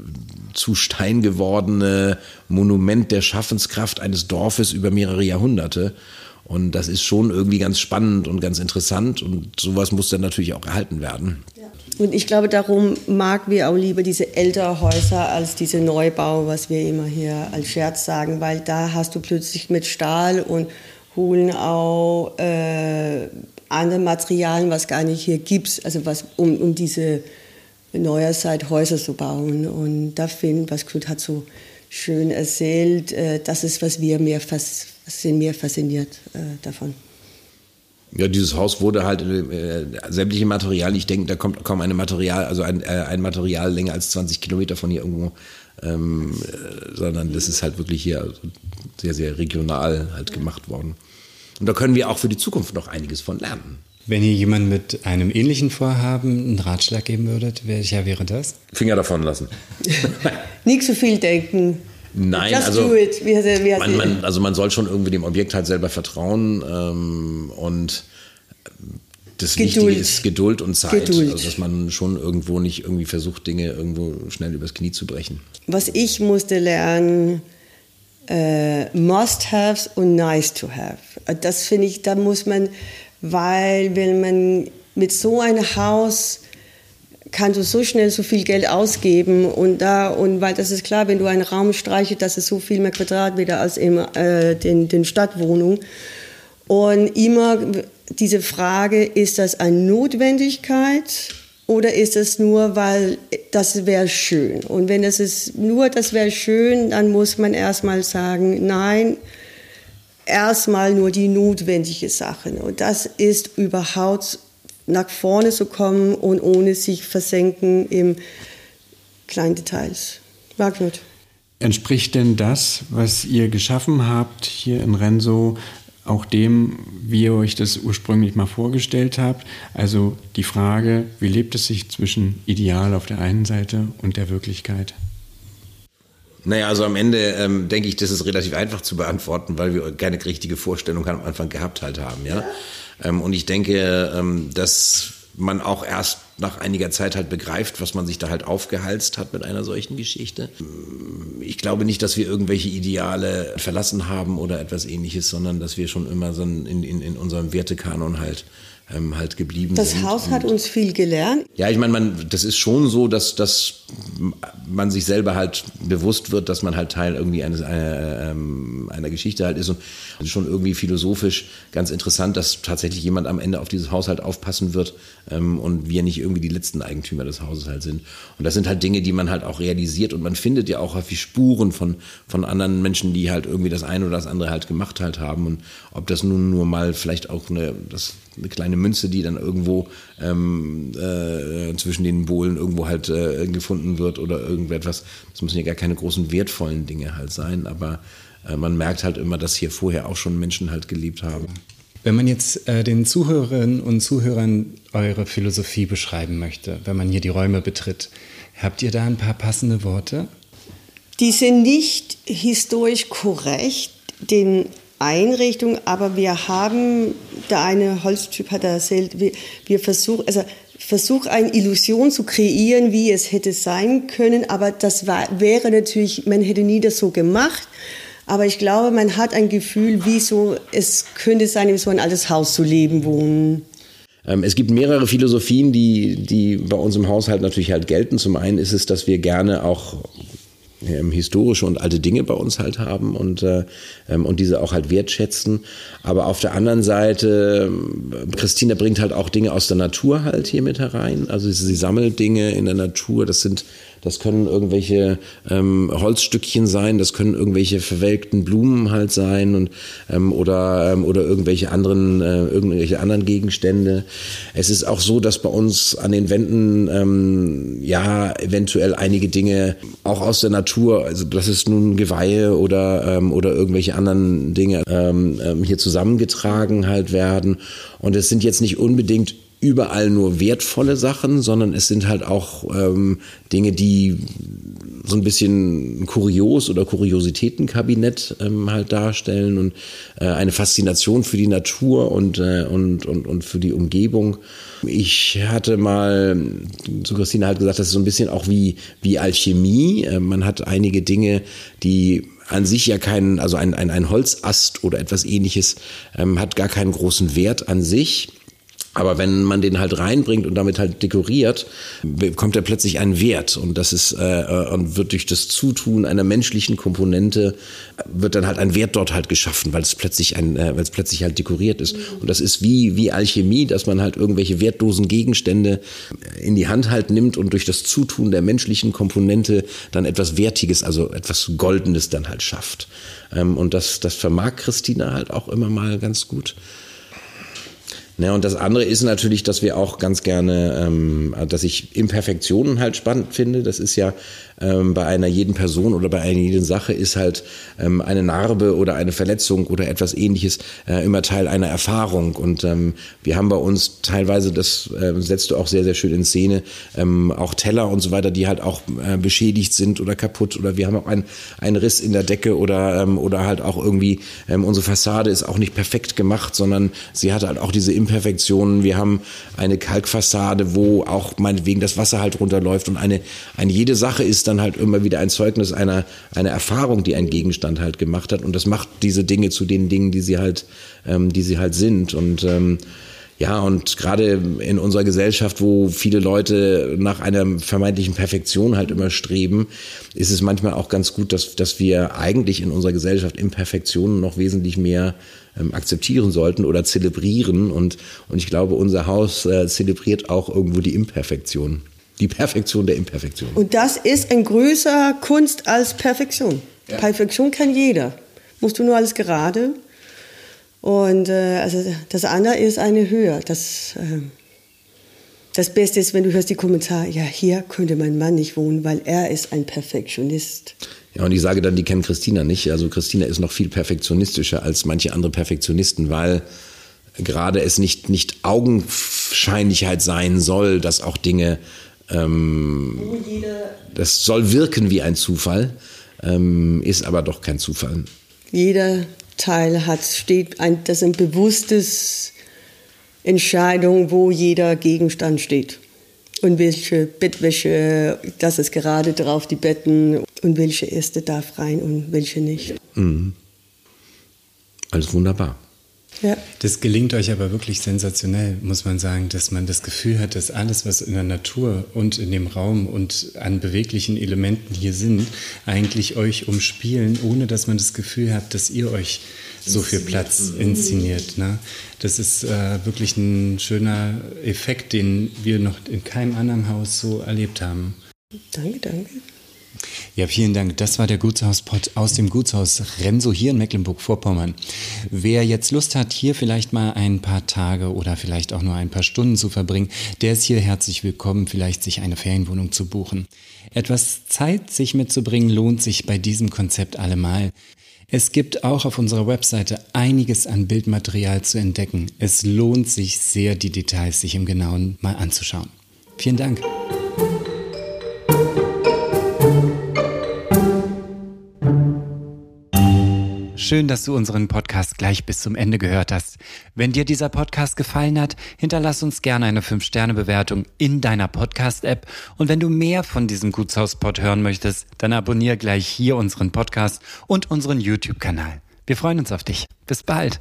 zu Stein gewordene Monument der Schaffenskraft eines Dorfes über mehrere Jahrhunderte. Und das ist schon irgendwie ganz spannend und ganz interessant und sowas muss dann natürlich auch erhalten werden. Und ich glaube, darum mag wir auch lieber diese älteren Häuser als diese Neubau, was wir immer hier als Scherz sagen, weil da hast du plötzlich mit Stahl und holen auch äh, andere Materialien, was gar nicht hier gibt, also was um, um diese Neuerzeit Häuser zu bauen. Und da finde was Claude hat so schön erzählt, äh, das ist, was wir mehr fast sind mir fasziniert äh, davon. Ja, dieses Haus wurde halt äh, sämtliche Materialien, ich denke, da kommt kaum eine Material, also ein, äh, ein Material länger als zwanzig Kilometer von hier irgendwo, ähm, äh, sondern das ist halt wirklich hier sehr, sehr regional halt gemacht worden. Und da können wir auch für die Zukunft noch einiges von lernen. Wenn ihr jemand mit einem ähnlichen Vorhaben einen Ratschlag geben würdet, welcher wäre das? Finger davon lassen. Nicht so viel denken. Nein, Just also, do it. Wie heißt, wie heißt man, man, also man soll schon irgendwie dem Objekt halt selber vertrauen ähm, und das Geduld. Wichtige ist Geduld und Zeit. Geduld. Also dass man schon irgendwo nicht irgendwie versucht, Dinge irgendwo schnell übers Knie zu brechen. Was ich musste lernen, äh, Must-Haves und Nice-to-Have. Das finde ich, da muss man, weil wenn man mit so einem Haus kannst du so schnell so viel Geld ausgeben und da und weil das ist klar, wenn du einen Raum streichst, das ist so viel mehr Quadratmeter als in äh, den, den Stadtwohnungen. Und immer diese Frage, ist das eine Notwendigkeit oder ist es nur, weil das wäre schön? Und wenn es ist nur, das wäre schön, dann muss man erstmal sagen, nein, erstmal nur die notwendigen Sachen. Und das ist überhaupt nach vorne zu kommen und ohne sich versenken im kleinen Details. Margot. Entspricht denn das, was ihr geschaffen habt hier in Renso, auch dem, wie ihr euch das ursprünglich mal vorgestellt habt? Also die Frage, wie lebt es sich zwischen Ideal auf der einen Seite und der Wirklichkeit? Naja, also am Ende ähm, denke ich, das ist relativ einfach zu beantworten, weil wir keine richtige Vorstellung am Anfang gehabt halt haben, ja. Ähm, und ich denke, ähm, dass man auch erst nach einiger Zeit halt begreift, was man sich da halt aufgehalst hat mit einer solchen Geschichte. Ich glaube nicht, dass wir irgendwelche Ideale verlassen haben oder etwas Ähnliches, sondern dass wir schon immer so in, in, in unserem Wertekanon halt Ähm, halt geblieben das sind. Das Haus hat uns viel gelernt. Ja, ich meine, man, das ist schon so, dass, dass man sich selber halt bewusst wird, dass man halt Teil irgendwie eines, einer, ähm, einer Geschichte halt ist und das ist schon irgendwie philosophisch ganz interessant, dass tatsächlich jemand am Ende auf dieses Haus halt aufpassen wird ähm, und wir nicht irgendwie die letzten Eigentümer des Hauses halt sind. Und das sind halt Dinge, die man halt auch realisiert und man findet ja auch häufig Spuren von, von anderen Menschen, die halt irgendwie das eine oder das andere halt gemacht halt haben und ob das nun nur mal vielleicht auch eine, das eine kleine Münze, die dann irgendwo ähm, äh, zwischen den Bohlen irgendwo halt äh, gefunden wird oder irgendetwas. Das müssen ja gar keine großen wertvollen Dinge halt sein, aber äh, man merkt halt immer, dass hier vorher auch schon Menschen halt gelebt haben. Wenn man jetzt äh, den Zuhörerinnen und Zuhörern eure Philosophie beschreiben möchte, wenn man hier die Räume betritt, habt ihr da ein paar passende Worte? Die sind nicht historisch korrekt, den Einrichtungen, aber wir haben, der eine Holztyp hat erzählt, wir, wir versuchen, also versuch eine Illusion zu kreieren, wie es hätte sein können, aber das war, wäre natürlich, man hätte nie das so gemacht, aber ich glaube, man hat ein Gefühl, wie so, es könnte sein, in so ein altes Haus zu leben, wohnen. Es gibt mehrere Philosophien, die, die bei uns im Haushalt natürlich halt gelten. Zum einen ist es, dass wir gerne auch Ähm, historische und alte Dinge bei uns halt haben und, äh, ähm, und diese auch halt wertschätzen. Aber auf der anderen Seite, äh, Christina bringt halt auch Dinge aus der Natur halt hier mit herein. Also sie, sie sammelt Dinge in der Natur. Das sind, das können irgendwelche ähm, Holzstückchen sein, das können irgendwelche verwelkten Blumen halt sein und ähm, oder ähm, oder irgendwelche anderen äh, irgendwelche anderen Gegenstände. Es ist auch so, dass bei uns an den Wänden ähm, ja eventuell einige Dinge auch aus der Natur, also das ist nun Geweihe oder ähm, oder irgendwelche anderen Dinge ähm, ähm, hier zusammengetragen halt werden. Und es sind jetzt nicht unbedingt überall nur wertvolle Sachen, sondern es sind halt auch ähm, Dinge, die so ein bisschen kurios oder Kuriositätenkabinett ähm, halt darstellen und äh, eine Faszination für die Natur und, äh, und, und, und für die Umgebung. Ich hatte mal zu Christina halt gesagt, das ist so ein bisschen auch wie, wie Alchemie. Äh, man hat einige Dinge, die an sich ja keinen, also ein, ein, ein Holzast oder etwas Ähnliches ähm, hat gar keinen großen Wert an sich. Aber wenn man den halt reinbringt und damit halt dekoriert, bekommt er plötzlich einen Wert. Und das ist äh, und wird durch das Zutun einer menschlichen Komponente wird dann halt ein Wert dort halt geschaffen, weil es plötzlich ein, äh, weil es plötzlich halt dekoriert ist. Und das ist wie wie Alchemie, dass man halt irgendwelche wertlosen Gegenstände in die Hand halt nimmt und durch das Zutun der menschlichen Komponente dann etwas Wertiges, also etwas Goldenes dann halt schafft. Ähm, und das das vermag Christina halt auch immer mal ganz gut. Ja, und das andere ist natürlich, dass wir auch ganz gerne, ähm, dass ich Imperfektionen halt spannend finde. Das ist ja ähm, bei einer jeden Person oder bei einer jeden Sache ist halt ähm, eine Narbe oder eine Verletzung oder etwas Ähnliches äh, immer Teil einer Erfahrung. Und ähm, wir haben bei uns teilweise, das äh, setzt du auch sehr, sehr schön in Szene, ähm, auch Teller und so weiter, die halt auch äh, beschädigt sind oder kaputt. Oder wir haben auch einen, einen Riss in der Decke oder, ähm, oder halt auch irgendwie, ähm, unsere Fassade ist auch nicht perfekt gemacht, sondern sie hat halt auch diese Imperfektionen. Wir haben eine Kalkfassade, wo auch meinetwegen das Wasser halt runterläuft und eine, eine jede Sache ist dann halt immer wieder ein Zeugnis einer, einer Erfahrung, die ein Gegenstand halt gemacht hat und das macht diese Dinge zu den Dingen, die sie halt, ähm, die sie halt sind und ähm, ja, und gerade in unserer Gesellschaft, wo viele Leute nach einer vermeintlichen Perfektion halt immer streben, ist es manchmal auch ganz gut, dass, dass wir eigentlich in unserer Gesellschaft Imperfektionen noch wesentlich mehr ähm, akzeptieren sollten oder zelebrieren. Und, und ich glaube, unser Haus äh, zelebriert auch irgendwo die Imperfektion. Die Perfektion der Imperfektion. Und das ist ein größer Kunst als Perfektion. Ja. Perfektion kann jeder. Musst du nur alles gerade. Und äh, also das andere ist eine Höhe. Das, äh, das Beste ist, wenn du hörst die Kommentare, ja, hier könnte mein Mann nicht wohnen, weil er ist ein Perfektionist. Ja, und ich sage dann, die kennen Christina nicht. Also Christina ist noch viel perfektionistischer als manche andere Perfektionisten, weil gerade es nicht, nicht augenscheinlich halt sein soll, dass auch Dinge, ähm, das soll wirken wie ein Zufall, ähm, ist aber doch kein Zufall. Jeder Teil hat, steht ein, das sind bewusstes Entscheidungen, wo jeder Gegenstand steht. Und welche Bettwäsche, das ist gerade drauf, die Betten, und welche Äste darf rein und welche nicht. Mhm. Alles wunderbar. Ja. Das gelingt euch aber wirklich sensationell, muss man sagen, dass man das Gefühl hat, dass alles, was in der Natur und in dem Raum und an beweglichen Elementen hier sind, eigentlich euch umspielen, ohne dass man das Gefühl hat, dass ihr euch so viel Platz inszeniert. Ne? Das ist äh, wirklich ein schöner Effekt, den wir noch in keinem anderen Haus so erlebt haben. Danke, danke. Ja, vielen Dank. Das war der Gutshauspot aus dem Gutshaus Renso hier in Mecklenburg-Vorpommern. Wer jetzt Lust hat, hier vielleicht mal ein paar Tage oder vielleicht auch nur ein paar Stunden zu verbringen, der ist hier herzlich willkommen, vielleicht sich eine Ferienwohnung zu buchen. Etwas Zeit sich mitzubringen lohnt sich bei diesem Konzept allemal. Es gibt auch auf unserer Webseite einiges an Bildmaterial zu entdecken. Es lohnt sich sehr, die Details sich im Genauen mal anzuschauen. Vielen Dank. Schön, dass du unseren Podcast gleich bis zum Ende gehört hast. Wenn dir dieser Podcast gefallen hat, hinterlass uns gerne eine fünf Sterne Bewertung in deiner Podcast-App. Und wenn du mehr von diesem Gutshauspod hören möchtest, dann abonniere gleich hier unseren Podcast und unseren YouTube-Kanal. Wir freuen uns auf dich. Bis bald.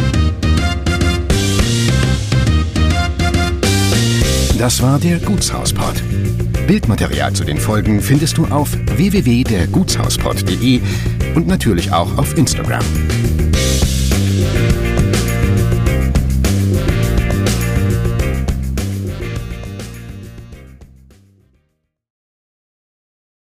Das war der Gutshauspod. Bildmaterial zu den Folgen findest du auf w w w punkt der gutshauspod punkt de und natürlich auch auf Instagram.